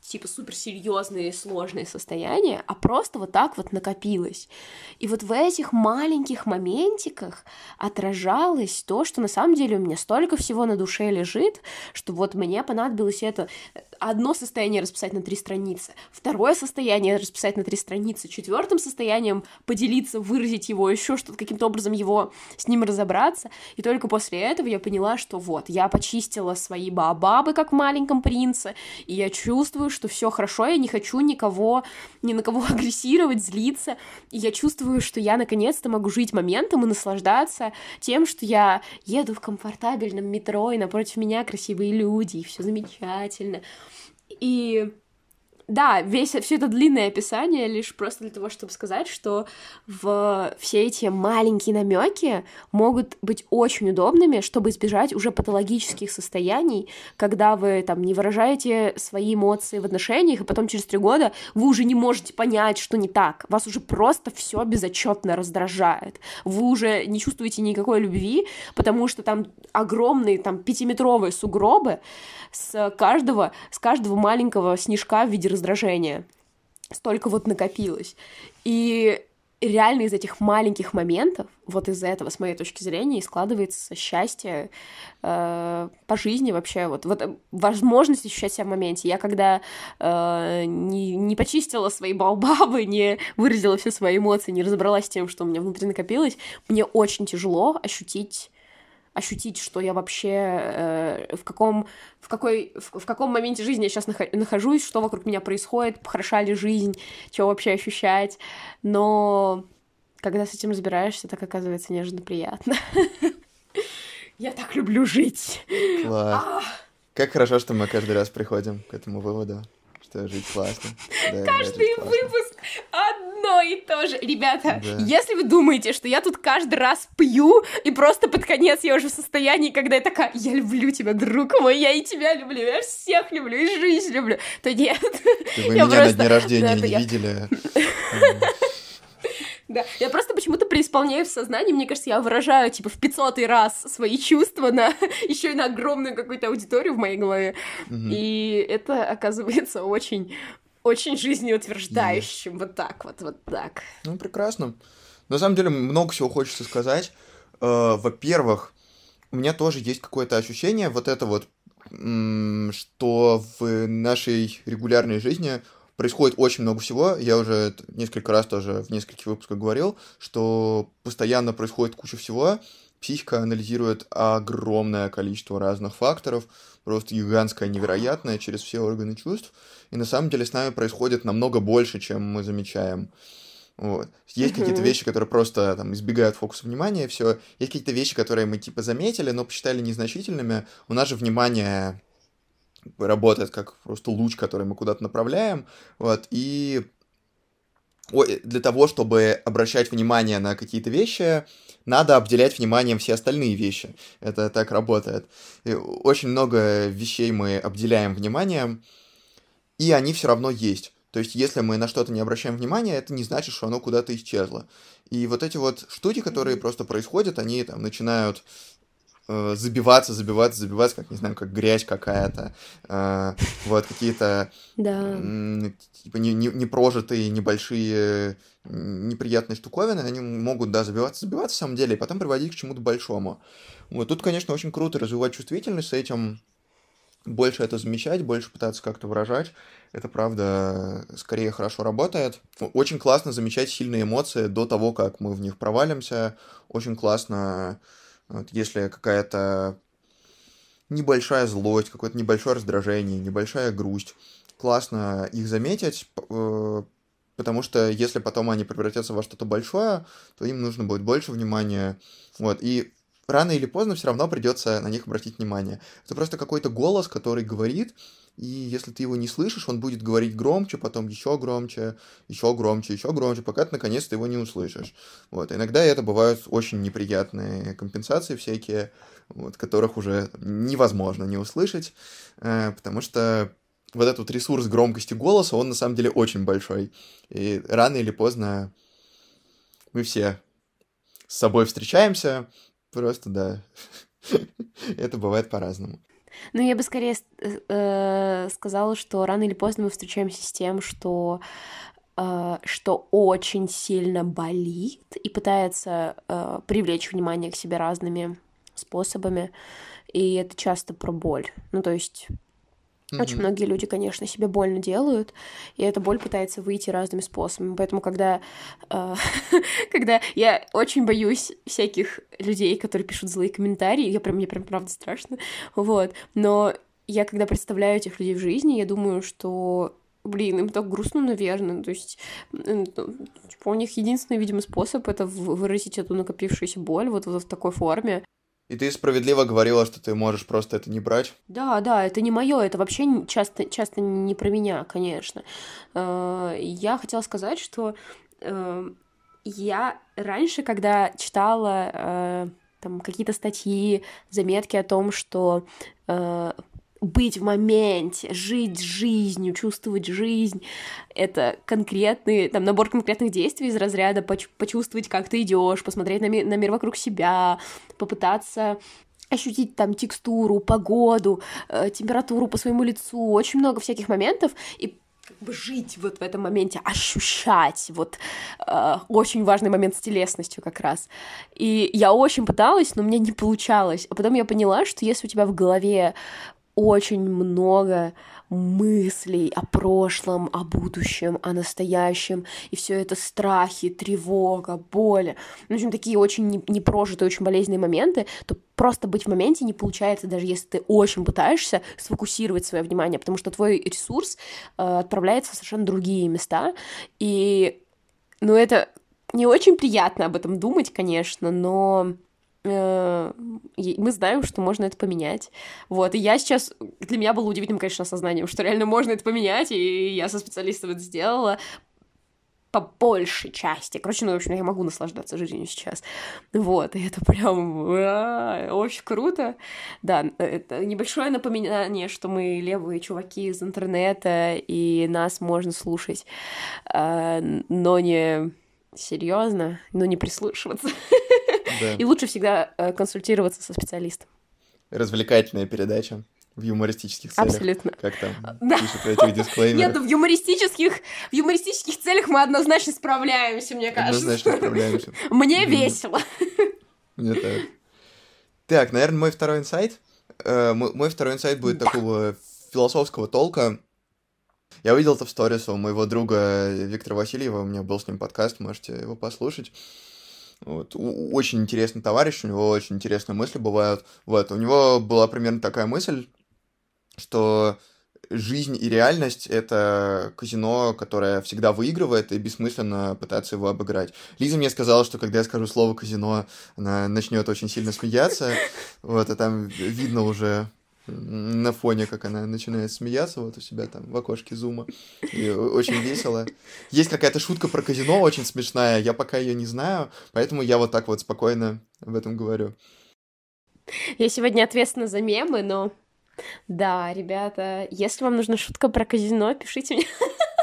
типа суперсерьезные сложные состояния, а просто вот так вот накопилось. И вот в этих маленьких моментиках отражалось то, что на самом деле у меня столько всего на душе лежит, что вот мне понадобилось это одно состояние расписать на три страницы, второе состояние расписать на три страницы, четвертым состоянием поделиться, выразить его, еще что-то, каким-то образом его с ним разобраться. И только после этого я поняла, что вот, я почистила свои баобабы, как в «Маленьком принце», и я чувствую, что все хорошо, я не хочу никого, ни на кого агрессировать, злиться, и я чувствую, что я наконец-то могу жить моментом и наслаждаться тем, что я еду в комфортабельном метро, и напротив меня красивые люди, и все замечательно. И да, весь, все это длинное описание лишь просто для того, чтобы сказать, что в все эти маленькие намеки могут быть очень удобными, чтобы избежать уже патологических состояний, когда вы там не выражаете свои эмоции в отношениях, и потом через три года вы уже не можете понять, что не так. Вас уже просто все безотчетно раздражает. Вы уже не чувствуете никакой любви, потому что там огромные там пятиметровые сугробы с каждого, с каждого маленького снежка в виде раздражения. Столько вот накопилось. И реально из этих маленьких моментов, вот из этого, с моей точки зрения, и складывается счастье э, по жизни вообще. Вот, вот возможность ощущать себя в моменте. Я когда э, не, не почистила свои баобабы, не выразила все свои эмоции, не разобралась с тем, что у меня внутри накопилось, мне очень тяжело ощутить ощутить, что я вообще э, в каком в какой в, в каком моменте жизни я сейчас нахожусь, что вокруг меня происходит, хороша ли жизнь, что вообще ощущать. Но когда с этим разбираешься, так оказывается неожиданно приятно. Я так люблю жить. Класс. Как хорошо, что мы каждый раз приходим к этому выводу, что жить классно. Да, каждый классно. выпуск одно и то же. Ребята, Да. если вы думаете, что я тут каждый раз пью, и просто под конец я уже в состоянии, когда я такая, я люблю тебя, друг мой, я и тебя люблю, я всех люблю, и жизнь люблю, то нет. Вы меня на дне рождения не видели. Да, я просто почему-то преисполняю в сознании, мне кажется, я выражаю, типа, в пятьсотый раз свои чувства на еще и на огромную какую-то аудиторию в моей голове, Мгм. и это оказывается очень, очень жизнеутверждающим, вот так вот, вот так. Ну, прекрасно. На самом деле, много всего хочется сказать. Э, Во-первых, у меня тоже есть какое-то ощущение, вот это вот, м, что в нашей регулярной жизни происходит очень много всего. Я уже это несколько раз тоже в нескольких выпусках говорил, что постоянно происходит куча всего. Психика анализирует огромное количество разных факторов, просто гигантское, невероятное, через все органы чувств. И на самом деле с нами происходит намного больше, чем мы замечаем. Вот. Есть Мгм. какие-то вещи, которые просто там избегают фокуса внимания, все. Есть какие-то вещи, которые мы типа заметили, но посчитали незначительными. У нас же внимание работает как просто луч, который мы куда-то направляем. Вот. И ой, для того, чтобы обращать внимание на какие-то вещи, надо обделять вниманием все остальные вещи. Это так работает. И очень много вещей мы обделяем вниманием, и они все равно есть. То есть, если мы на что-то не обращаем внимания, это не значит, что оно куда-то исчезло. И вот эти вот штуки, которые Мгм. просто происходят, они там начинают э, забиваться, забиваться, забиваться, как, не знаю, как грязь какая-то. Э, вот, какие-то Да. м, типа не- не- непрожитые небольшие м, неприятные штуковины, они могут, да, забиваться, забиваться в самом деле, и потом приводить к чему-то большому. Вот тут, конечно, очень круто развивать чувствительность с этим, больше это замечать, больше пытаться как-то выражать. Это, правда, скорее хорошо работает. Очень классно замечать сильные эмоции до того, как мы в них провалимся. Очень классно, вот, если какая-то небольшая злость, какое-то небольшое раздражение, небольшая грусть. Классно их заметить, п- э, потому что если потом они превратятся во что-то большое, то им нужно будет больше внимания. Вот, и рано или поздно все равно придется на них обратить внимание. Это просто какой-то голос, который говорит, и если ты его не слышишь, он будет говорить громче, потом еще громче, еще громче, еще громче, пока ты наконец-то его не услышишь. Вот. Иногда это бывают очень неприятные компенсации всякие, вот, которых уже невозможно не услышать, э, потому что вот этот вот ресурс громкости голоса, он на самом деле очень большой. И рано или поздно мы все с собой встречаемся, просто, да, это бывает по-разному. Ну, я бы скорее э, сказала, что рано или поздно мы встречаемся с тем, что, э, что очень сильно болит и пытается э, привлечь внимание к себе разными способами, и это часто про боль. Ну, то есть mm-hmm. очень многие люди, конечно, себе больно делают, и эта боль пытается выйти разными способами. Поэтому, когда, э, когда я очень боюсь всяких людей, которые пишут злые комментарии, я прям, мне прям правда страшно, вот, но я, когда представляю этих людей в жизни, я думаю, что блин, им так грустно, наверное, то есть типа, у них единственный, видимо, способ — это выразить эту накопившуюся боль вот, вот в такой форме. И ты справедливо говорила, что ты можешь просто это не брать. Да, да, это не мое, это вообще часто, часто не про меня, конечно. Я хотела сказать, что я раньше, когда читала там какие-то статьи, заметки о том, что быть в моменте, жить жизнью, чувствовать жизнь, это конкретный, там, набор конкретных действий из разряда поч- почувствовать, как ты идешь, посмотреть на, ми- на мир вокруг себя, попытаться ощутить там текстуру, погоду, э, температуру по своему лицу, очень много всяких моментов, и как бы жить вот в этом моменте, ощущать, вот э, очень важный момент с телесностью как раз. И я очень пыталась, но у меня не получалось. А потом я поняла, что если у тебя в голове очень много мыслей о прошлом, о будущем, о настоящем, и все это страхи, тревога, боль, в общем, такие очень непрожитые, очень болезненные моменты, то просто быть в моменте не получается, даже если ты очень пытаешься сфокусировать свое внимание, потому что твой ресурс э, отправляется в совершенно другие места, и, ну, это не очень приятно об этом думать, конечно, но мы знаем, что можно это поменять. Вот, и я сейчас... Для меня было удивительным, конечно, осознанием, что реально можно это поменять, и я со специалистом это сделала по большей части. Короче, ну, в общем, я могу наслаждаться жизнью сейчас. Вот, и это прям очень круто. Да, это небольшое напоминание, что мы левые чуваки из интернета, и нас можно слушать, но не серьезно, но не прислушиваться. Да. И лучше всегда э, консультироваться со специалистом. Развлекательная передача в юмористических целях. Абсолютно. Как там да. пишут в этих дисклеймерах. Нет, ну в юмористических, в юмористических целях мы однозначно справляемся, мне кажется. Однозначно справляемся. Мне весело. Мне так. Так, наверное, мой второй инсайт. Мой второй инсайт будет такого философского толка. Я увидел это в сторис у моего друга Виктора Васильева, у меня был с ним подкаст, можете его послушать. Вот. Очень интересный товарищ, у него очень интересные мысли бывают. Вот. У него была примерно такая мысль, что жизнь и реальность — это казино, которое всегда выигрывает, и бессмысленно пытаться его обыграть. Лиза мне сказала, что когда я скажу слово «казино», она начнет очень сильно смеяться. Вот, и там видно уже на фоне, как она начинает смеяться вот у себя там в окошке зума. И очень весело. Есть какая-то шутка про казино, очень смешная, я пока ее не знаю, поэтому я вот так вот спокойно об этом говорю. Я сегодня ответственна за мемы, но да, ребята, если вам нужна шутка про казино, пишите мне.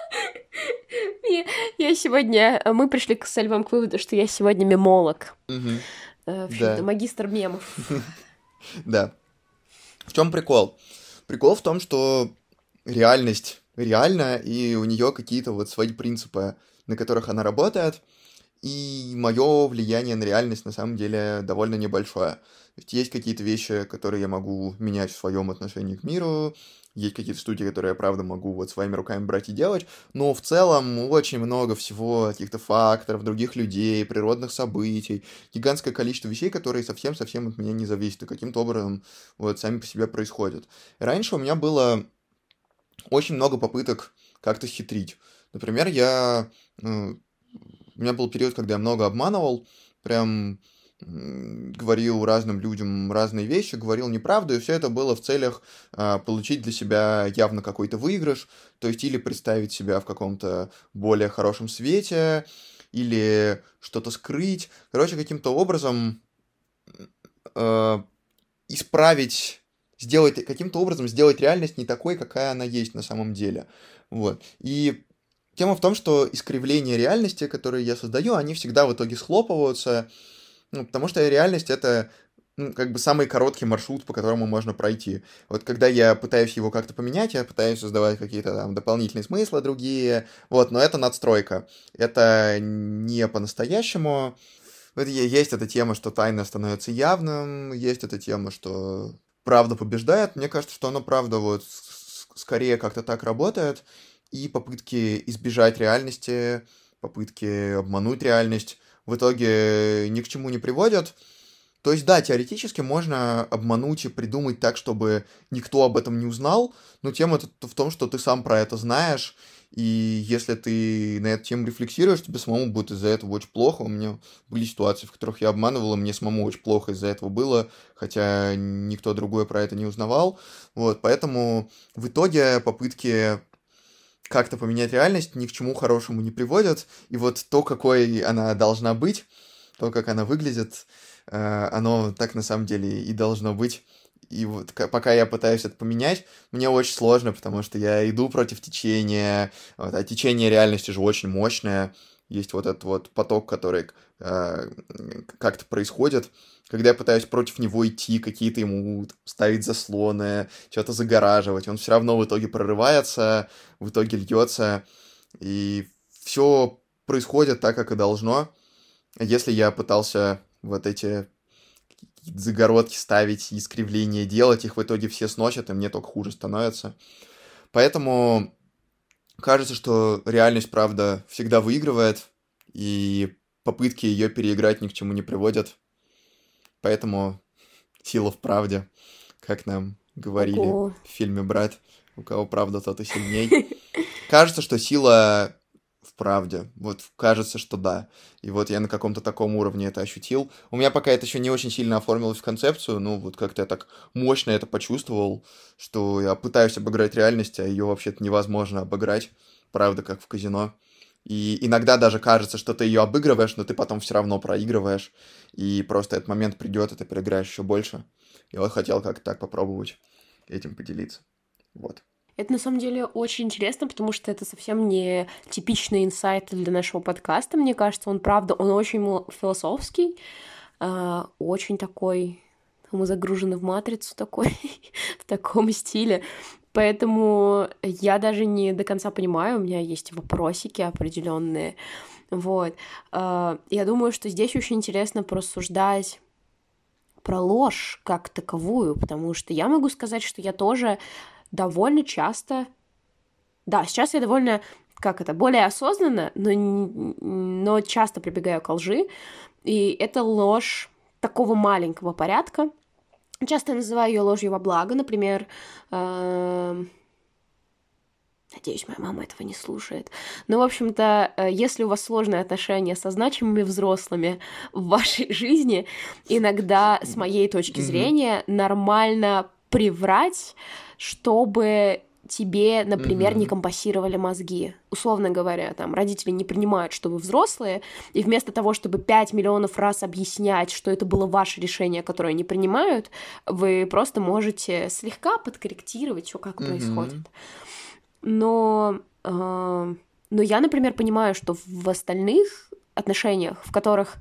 Я сегодня... Мы пришли с Львом к выводу, что я сегодня мемолог. В общем-то, магистр мемов. Да. В чем прикол? Прикол в том, что реальность реальна, и у нее какие-то вот свои принципы, на которых она работает, и мое влияние на реальность на самом деле довольно небольшое. То есть есть какие-то вещи, которые я могу менять в своем отношении к миру, есть какие-то штуки, которые я, правда, могу вот своими руками брать и делать, но в целом очень много всего, каких-то факторов, других людей, природных событий, гигантское количество вещей, которые совсем-совсем от меня не зависят и каким-то образом вот сами по себе происходят. И раньше у меня было очень много попыток как-то хитрить. Например, я... Ну, у меня был период, когда я много обманывал, прям говорил разным людям разные вещи, говорил неправду, и все это было в целях а, получить для себя явно какой-то выигрыш, то есть или представить себя в каком-то более хорошем свете, или что-то скрыть. Короче, каким-то образом а, исправить, сделать, каким-то образом сделать реальность не такой, какая она есть на самом деле. Вот. И тема в том, что искривления реальности, которые я создаю, они всегда в итоге схлопываются, ну, потому что реальность — это ну, как бы самый короткий маршрут, по которому можно пройти. Вот когда я пытаюсь его как-то поменять, я пытаюсь создавать какие-то там дополнительные смыслы другие, вот, но это надстройка. Это не по-настоящему. Вот есть эта тема, что тайна становится явным, есть эта тема, что правда побеждает. Мне кажется, что оно правда вот скорее как-то так работает, и попытки избежать реальности, попытки обмануть реальность в итоге ни к чему не приводят. То есть, да, теоретически можно обмануть и придумать так, чтобы никто об этом не узнал, но тема в том, что ты сам про это знаешь, и если ты на эту тему рефлексируешь, тебе самому будет из-за этого очень плохо. У меня были ситуации, в которых я обманывал, и мне самому очень плохо из-за этого было, хотя никто другой про это не узнавал. Вот, поэтому в итоге попытки как-то поменять реальность ни к чему хорошему не приводят, и вот то, какой она должна быть, то, как она выглядит, оно так на самом деле и должно быть. И вот пока я пытаюсь это поменять, мне очень сложно, потому что я иду против течения, вот, а течение реальности же очень мощное. Есть вот этот вот поток, который э, как-то происходит. Когда я пытаюсь против него идти, какие-то ему ставить заслоны, что-то загораживать, он все равно в итоге прорывается, в итоге льется, и все происходит так, как и должно. Если я пытался вот эти загородки ставить, искривления делать, их в итоге все сносят, и мне только хуже становится. Поэтому кажется, что реальность, правда, всегда выигрывает, и попытки ее переиграть ни к чему не приводят. Поэтому сила в правде, как нам говорили Ого. в фильме «Брат», у кого правда, тот и сильней. Кажется, что сила в правде. Вот кажется, что да. И вот я на каком-то таком уровне это ощутил. У меня пока это еще не очень сильно оформилось в концепцию, ну вот как-то я так мощно это почувствовал, что я пытаюсь обыграть реальность, а ее вообще-то невозможно обыграть. Правда, как в казино. И иногда даже кажется, что ты ее обыгрываешь, но ты потом все равно проигрываешь. И просто этот момент придет, и ты проиграешь еще больше. Я вот хотел как-то так попробовать этим поделиться. Вот. Это на самом деле очень интересно, потому что это совсем не типичный инсайт для нашего подкаста, мне кажется. Он, правда, он очень философский, э, очень такой, мы загружены в матрицу такой, в таком стиле. Поэтому я даже не до конца понимаю, у меня есть вопросики определенные. Вот. Э, я думаю, что здесь очень интересно порассуждать про ложь как таковую, потому что я могу сказать, что я тоже довольно часто... Да, сейчас я довольно, как это, более осознанно, но, но часто прибегаю к лжи, и это ложь такого маленького порядка. Часто я называю ее ложью во благо, например... Э... Надеюсь, моя мама этого не слушает. Но, в общем-то, если у вас сложные отношения со значимыми взрослыми в вашей жизни, иногда, с моей точки зрения, mm-hmm. нормально приврать, чтобы тебе, например, mm-hmm. не компасировали мозги. Условно говоря, там, родители не принимают, что вы взрослые, и вместо того, чтобы пять миллионов раз объяснять, что это было ваше решение, которое они принимают, вы просто можете слегка подкорректировать, что как mm-hmm. происходит. Но, э, но я, например, понимаю, что в остальных отношениях, в которых...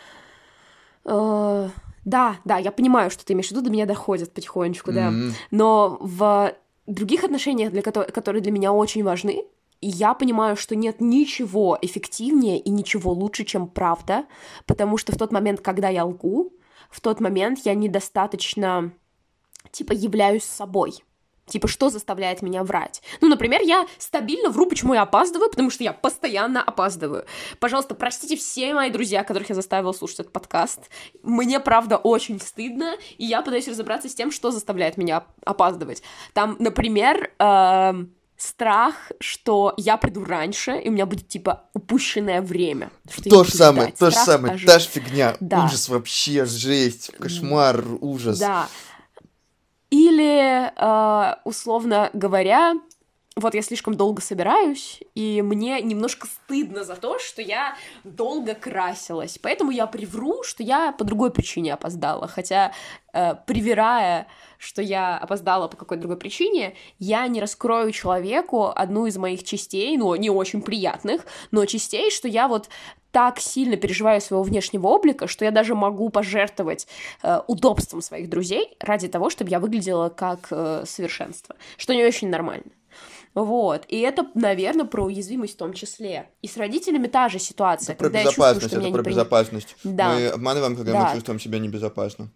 Э, да, да, я понимаю, что ты имеешь в виду, до меня доходят потихонечку, да. Mm-hmm. Но в других отношениях, для ко- которые для меня очень важны, я понимаю, что нет ничего эффективнее и ничего лучше, чем правда, потому что в тот момент, когда я лгу, в тот момент я недостаточно, типа, являюсь собой. Типа, что заставляет меня врать? Ну, например, я стабильно вру, почему я опаздываю, потому что я постоянно опаздываю. Пожалуйста, простите все мои друзья, которых я заставила слушать этот подкаст. Мне, правда, очень стыдно, и я пытаюсь разобраться с тем, что заставляет меня опаздывать. Там, например, э, страх, что я приду раньше, и у меня будет, типа, упущенное время. То же самое, то же самое, ожидать. та же фигня. Да. Ужас вообще, жесть, кошмар, ужас. Да. Или, э, условно говоря, вот я слишком долго собираюсь, и мне немножко стыдно за то, что я долго красилась. Поэтому я привру, что я по другой причине опоздала. Хотя, э, привирая, что я опоздала по какой-то другой причине, я не раскрою человеку одну из моих частей, ну, не очень приятных, но частей, что я вот так сильно переживаю своего внешнего облика, что я даже могу пожертвовать э, удобством своих друзей ради того, чтобы я выглядела как э, совершенство, что не очень нормально. Вот, и это, наверное, про уязвимость в том числе. И с родителями та же ситуация. Это про безопасность, это про безопасность. Да. Мы обманываем, когда да. мы чувствуем себя небезопасно.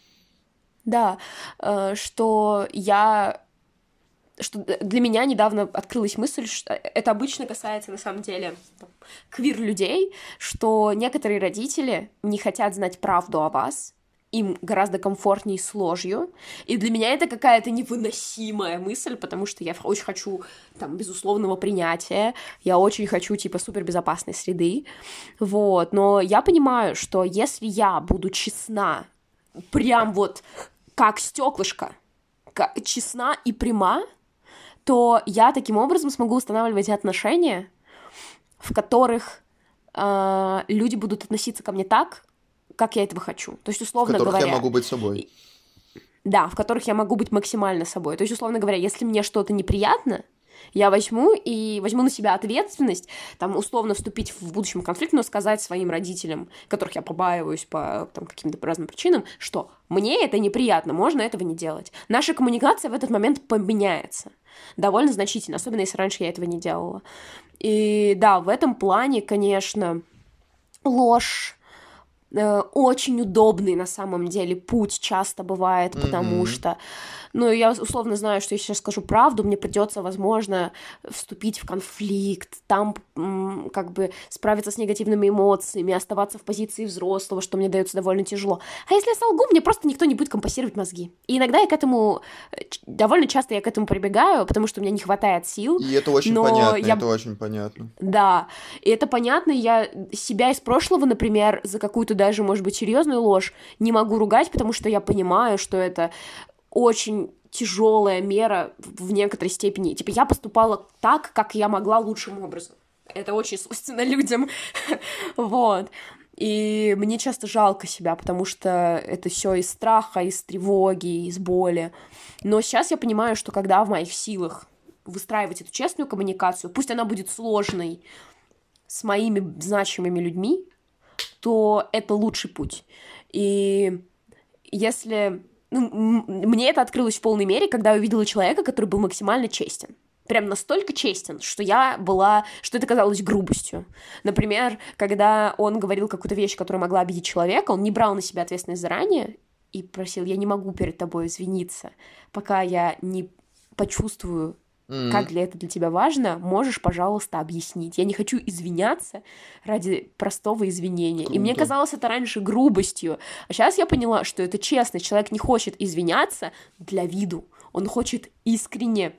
Да, э, что я... что для меня недавно открылась мысль, что это обычно касается, на самом деле, квир-людей, что некоторые родители не хотят знать правду о вас, им гораздо комфортнее с ложью, и для меня это какая-то невыносимая мысль, потому что я очень хочу, там, безусловного принятия, я очень хочу, типа, супербезопасной среды, вот, но я понимаю, что если я буду честна, прям вот как стеклышко, честна и пряма, то я таким образом смогу устанавливать отношения, в которых э, люди будут относиться ко мне так, как я этого хочу. То есть, условно говоря... В которых говоря, я могу быть собой. Да, в которых я могу быть максимально собой. То есть, условно говоря, если мне что-то неприятно, я возьму и возьму на себя ответственность, там, условно вступить в будущем конфликт, но сказать своим родителям, которых я побаиваюсь по там, каким-то разным причинам, что мне это неприятно, можно этого не делать. Наша коммуникация в этот момент поменяется довольно значительно, особенно если раньше я этого не делала. И да, в этом плане, конечно, ложь, очень удобный на самом деле путь часто бывает, потому mm-hmm. что, ну, я условно знаю, что если я скажу правду, мне придется, возможно, вступить в конфликт, там м- как бы справиться с негативными эмоциями, оставаться в позиции взрослого, что мне дается довольно тяжело. А если я солгу, мне просто никто не будет компенсировать мозги. И иногда я к этому, довольно часто я к этому прибегаю, потому что у меня не хватает сил. И это очень но понятно, я... это очень понятно. Да, и это понятно, я себя из прошлого, например, за какую-то даже, может быть, серьезную ложь не могу ругать, потому что я понимаю, что это очень тяжелая мера в некоторой степени. Типа, я поступала так, как я могла лучшим образом. Это очень свойственно людям. Вот. И мне часто жалко себя, потому что это все из страха, из тревоги, из боли. Но сейчас я понимаю, что когда в моих силах выстраивать эту честную коммуникацию, пусть она будет сложной, с моими значимыми людьми, то это лучший путь. И если... Ну, мне это открылось в полной мере, когда я увидела человека, который был максимально честен. Прям настолько честен, что я была... что это казалось грубостью. Например, когда он говорил какую-то вещь, которая могла обидеть человека, он не брал на себя ответственность заранее и просил: я не могу перед тобой извиниться, пока я не почувствую, Mm-hmm. как для это для тебя важно, можешь, пожалуйста, объяснить. Я не хочу извиняться ради простого извинения. Круто. И мне казалось это раньше грубостью. А сейчас я поняла, что это честность. Человек не хочет извиняться для виду. Он хочет искренне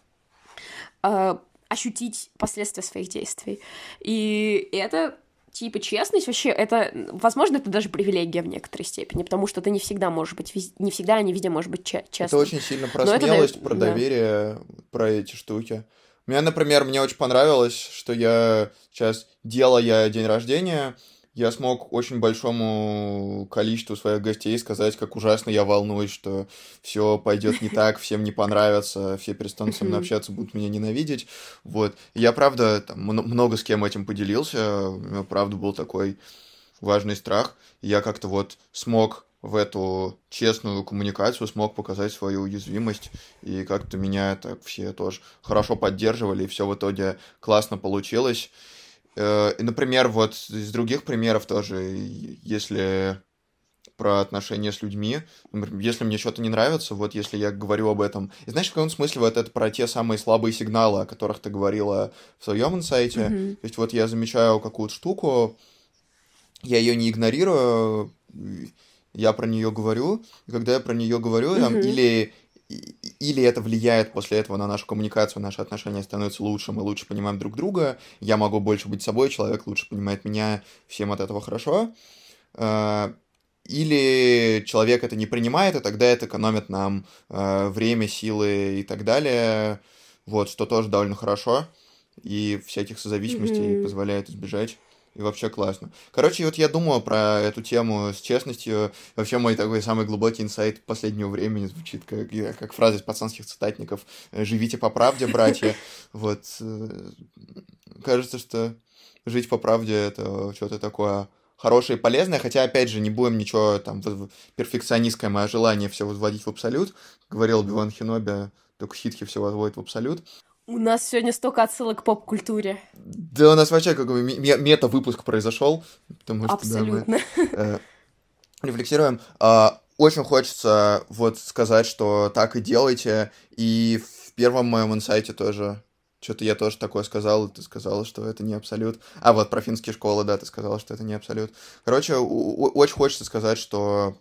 э, ощутить последствия своих действий. И это... Типа, честность вообще, это, возможно, это даже привилегия в некоторой степени, потому что ты не всегда можешь быть, не всегда, не везде можешь быть честным. Это очень сильно про Но смелость, это... про да. доверие, про эти штуки. У меня, например, мне очень понравилось, что я сейчас, делая день рождения, я смог очень большому количеству своих гостей сказать, как ужасно я волнуюсь, что все пойдет не так, всем не понравится, все перестанут со мной общаться, будут меня ненавидеть. Вот. Я, правда, там, много с кем этим поделился, у меня, правда, был такой важный страх. И я как-то вот смог в эту честную коммуникацию, смог показать свою уязвимость, и как-то меня так все тоже хорошо поддерживали, и все в итоге классно получилось. И, например, вот из других примеров тоже, если про отношения с людьми, например, если мне что-то не нравится, вот если я говорю об этом, и знаешь, в каком смысле вот это про те самые слабые сигналы, о которых ты говорила в своем инсайте, mm-hmm. то есть вот я замечаю какую-то штуку, я ее не игнорирую, я про нее говорю, и когда я про нее говорю, mm-hmm. там, или... или это влияет после этого на нашу коммуникацию, наши отношения становятся лучше, мы лучше понимаем друг друга, я могу больше быть собой, человек лучше понимает меня, всем от этого хорошо. Или человек это не принимает, и тогда это экономит нам время, силы и так далее. вот, что тоже довольно хорошо, и всяких созависимостей Мгм. позволяет избежать. И вообще классно. Короче, вот я думаю про эту тему с честностью. Вообще мой такой самый глубокий инсайт последнего времени звучит как, я- как фраза из пацанских цитатников. э, «Живите по правде, братья». Вот. э, Кажется, что жить по правде — это что-то такое хорошее и полезное. Хотя, опять же, не будем ничего там в- в- перфекционистское мое желание все возводить в абсолют. Говорил Биван Хеноби, только ситхи все возводят в абсолют. У нас сегодня столько отсылок к поп-культуре. Да у нас вообще какой ме- ме- мета-выпуск произошел, потому что, да, мы Абсолютно. э, рефлексируем. А, очень хочется вот сказать, что так и делайте. И в первом моем инсайте тоже что-то я тоже такое сказал, и ты сказала, что это не абсолют. А вот про финские школы, да, ты сказала, что это не абсолют. Короче, у- у- очень хочется сказать, что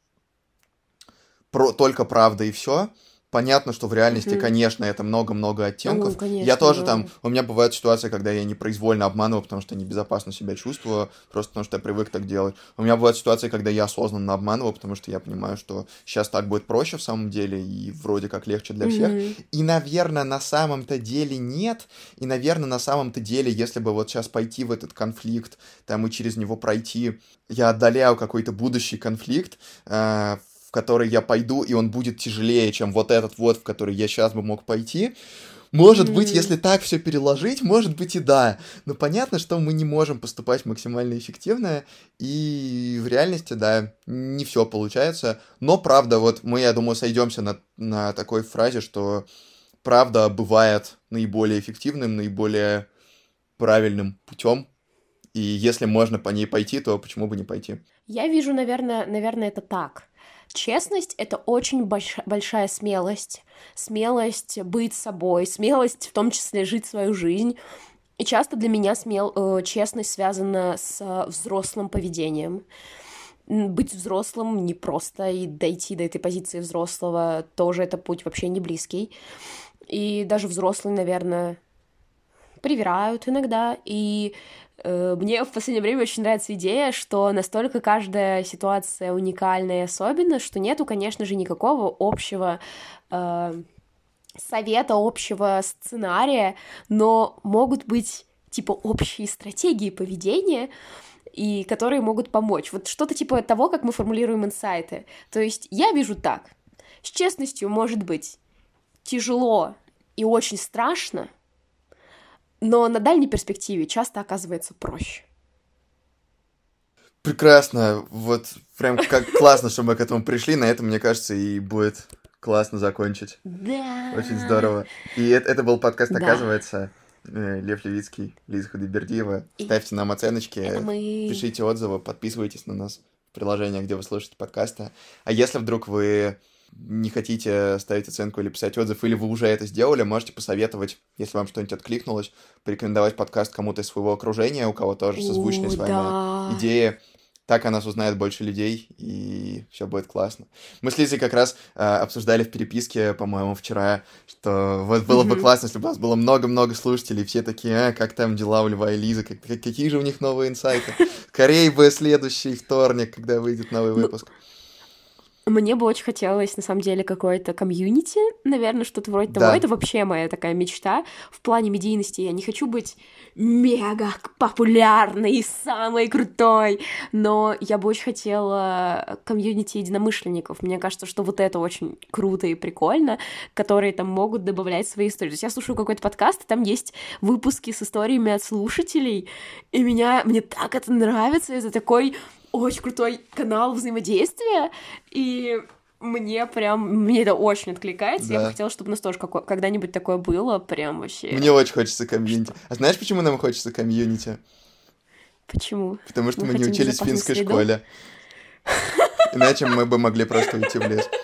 про, только правда и все. Понятно, что в реальности, Мгм. конечно, это много-много О, оттенков. Я конечно, тоже там, много. у меня бывают ситуации, когда я непроизвольно обманываю, потому что небезопасно себя чувствую, просто потому что я привык так делать. У меня бывают ситуации, когда я осознанно обманываю, потому что я понимаю, что сейчас так будет проще в самом деле, и вроде как легче для всех. Мгм. И, наверное, на самом-то деле нет. И, наверное, на самом-то деле, если бы вот сейчас пойти в этот конфликт, там и через него пройти, я отдаляю какой-то будущий конфликт, э, в который я пойду, и он будет тяжелее, чем вот этот вот, в который я сейчас бы мог пойти. Может быть, М. если так все переложить, может быть и да. Но понятно, что мы не можем поступать максимально эффективно, и в реальности, да, не все получается. Но правда, вот мы, я думаю, сойдемся на, на такой фразе, что правда бывает наиболее эффективным, наиболее правильным путем. И если можно по ней пойти, то почему бы не пойти? Я вижу, наверное, наверное, это так. Честность — это очень больш- большая смелость. Смелость быть собой, смелость в том числе жить свою жизнь. И часто для меня смел, э, честность связана с э, взрослым поведением. М, Быть взрослым непросто, и дойти до этой позиции взрослого тоже это путь вообще не близкий. И даже взрослые, наверное, привирают иногда, и э, мне в последнее время очень нравится идея, что настолько каждая ситуация уникальна и особенна, что нету, конечно же, никакого общего э, совета, общего сценария, но могут быть типа общие стратегии поведения, и которые могут помочь. Вот что-то типа того, как мы формулируем инсайты. То есть я вижу так. С честностью может быть тяжело и очень страшно, но на дальней перспективе часто оказывается проще. Прекрасно. Вот прям как классно, что мы к этому пришли. На этом, мне кажется, и будет классно закончить. Очень Да. здорово. И это, это был подкаст, Да. оказывается. Э, Лев Левицкий, Лиза Худайбердиева. И Ставьте нам это оценочки, мы. пишите отзывы, подписывайтесь на нас в приложениях, где вы слушаете подкасты. А если вдруг вы не хотите ставить оценку или писать отзыв, или вы уже это сделали, можете посоветовать, если вам что-нибудь откликнулось, порекомендовать подкаст кому-то из своего окружения, у кого тоже созвучные О, с вами да. идеи. Так о нас узнает больше людей, и все будет классно. Мы с Лизой как раз э, обсуждали в переписке, по-моему, вчера, что вот было бы Мгм. классно, если бы у нас было много-много слушателей, все такие, а, как там дела у Льва и Лизы, как- как- какие же у них новые инсайты. Скорее бы следующий вторник, когда выйдет новый Ну, выпуск. мне бы очень хотелось, на самом деле, какое-то комьюнити, наверное, что-то вроде того. Да, Это вообще моя такая мечта. В плане медийности я не хочу быть мега популярной и самой крутой, но я бы очень хотела комьюнити единомышленников. Мне кажется, что вот это очень круто и прикольно, которые там могут добавлять свои истории. То есть я слушаю какой-то подкаст, и там есть выпуски с историями от слушателей, и меня, мне так это нравится, это такой очень крутой канал взаимодействия, и мне прям, мне это очень откликается, я бы да. хотела, чтобы у нас тоже како- когда-нибудь такое было, прям вообще. Мне очень хочется комьюнити. Что? А знаешь, почему нам хочется комьюнити? Почему? Потому что Мы мы не хотим учились в безопасную финской среду? школе. Иначе мы бы могли просто уйти в лес.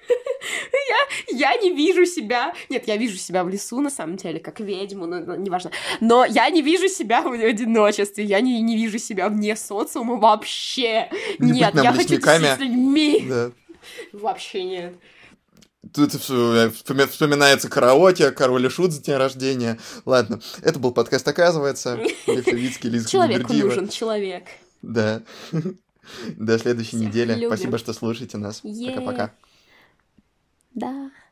Я не вижу себя... Нет, я вижу себя в лесу, на самом деле, как ведьму, но, но неважно. Но я не вижу себя в одиночестве, я не, не вижу себя вне социума вообще. Не быть Нет, нам я хочу тусить лесниками. с людьми. Да. Вообще нет. Тут вспоми- вспоми- вспоминается караоке, король и шут за день рождения. Ладно, это был подкаст, оказывается. Лев Левицкий, Лиза Человеку Худайбердиева. нужен человек. Да. До следующей Всех недели. любим. Спасибо, что слушаете нас. Е. Пока-пока. Да.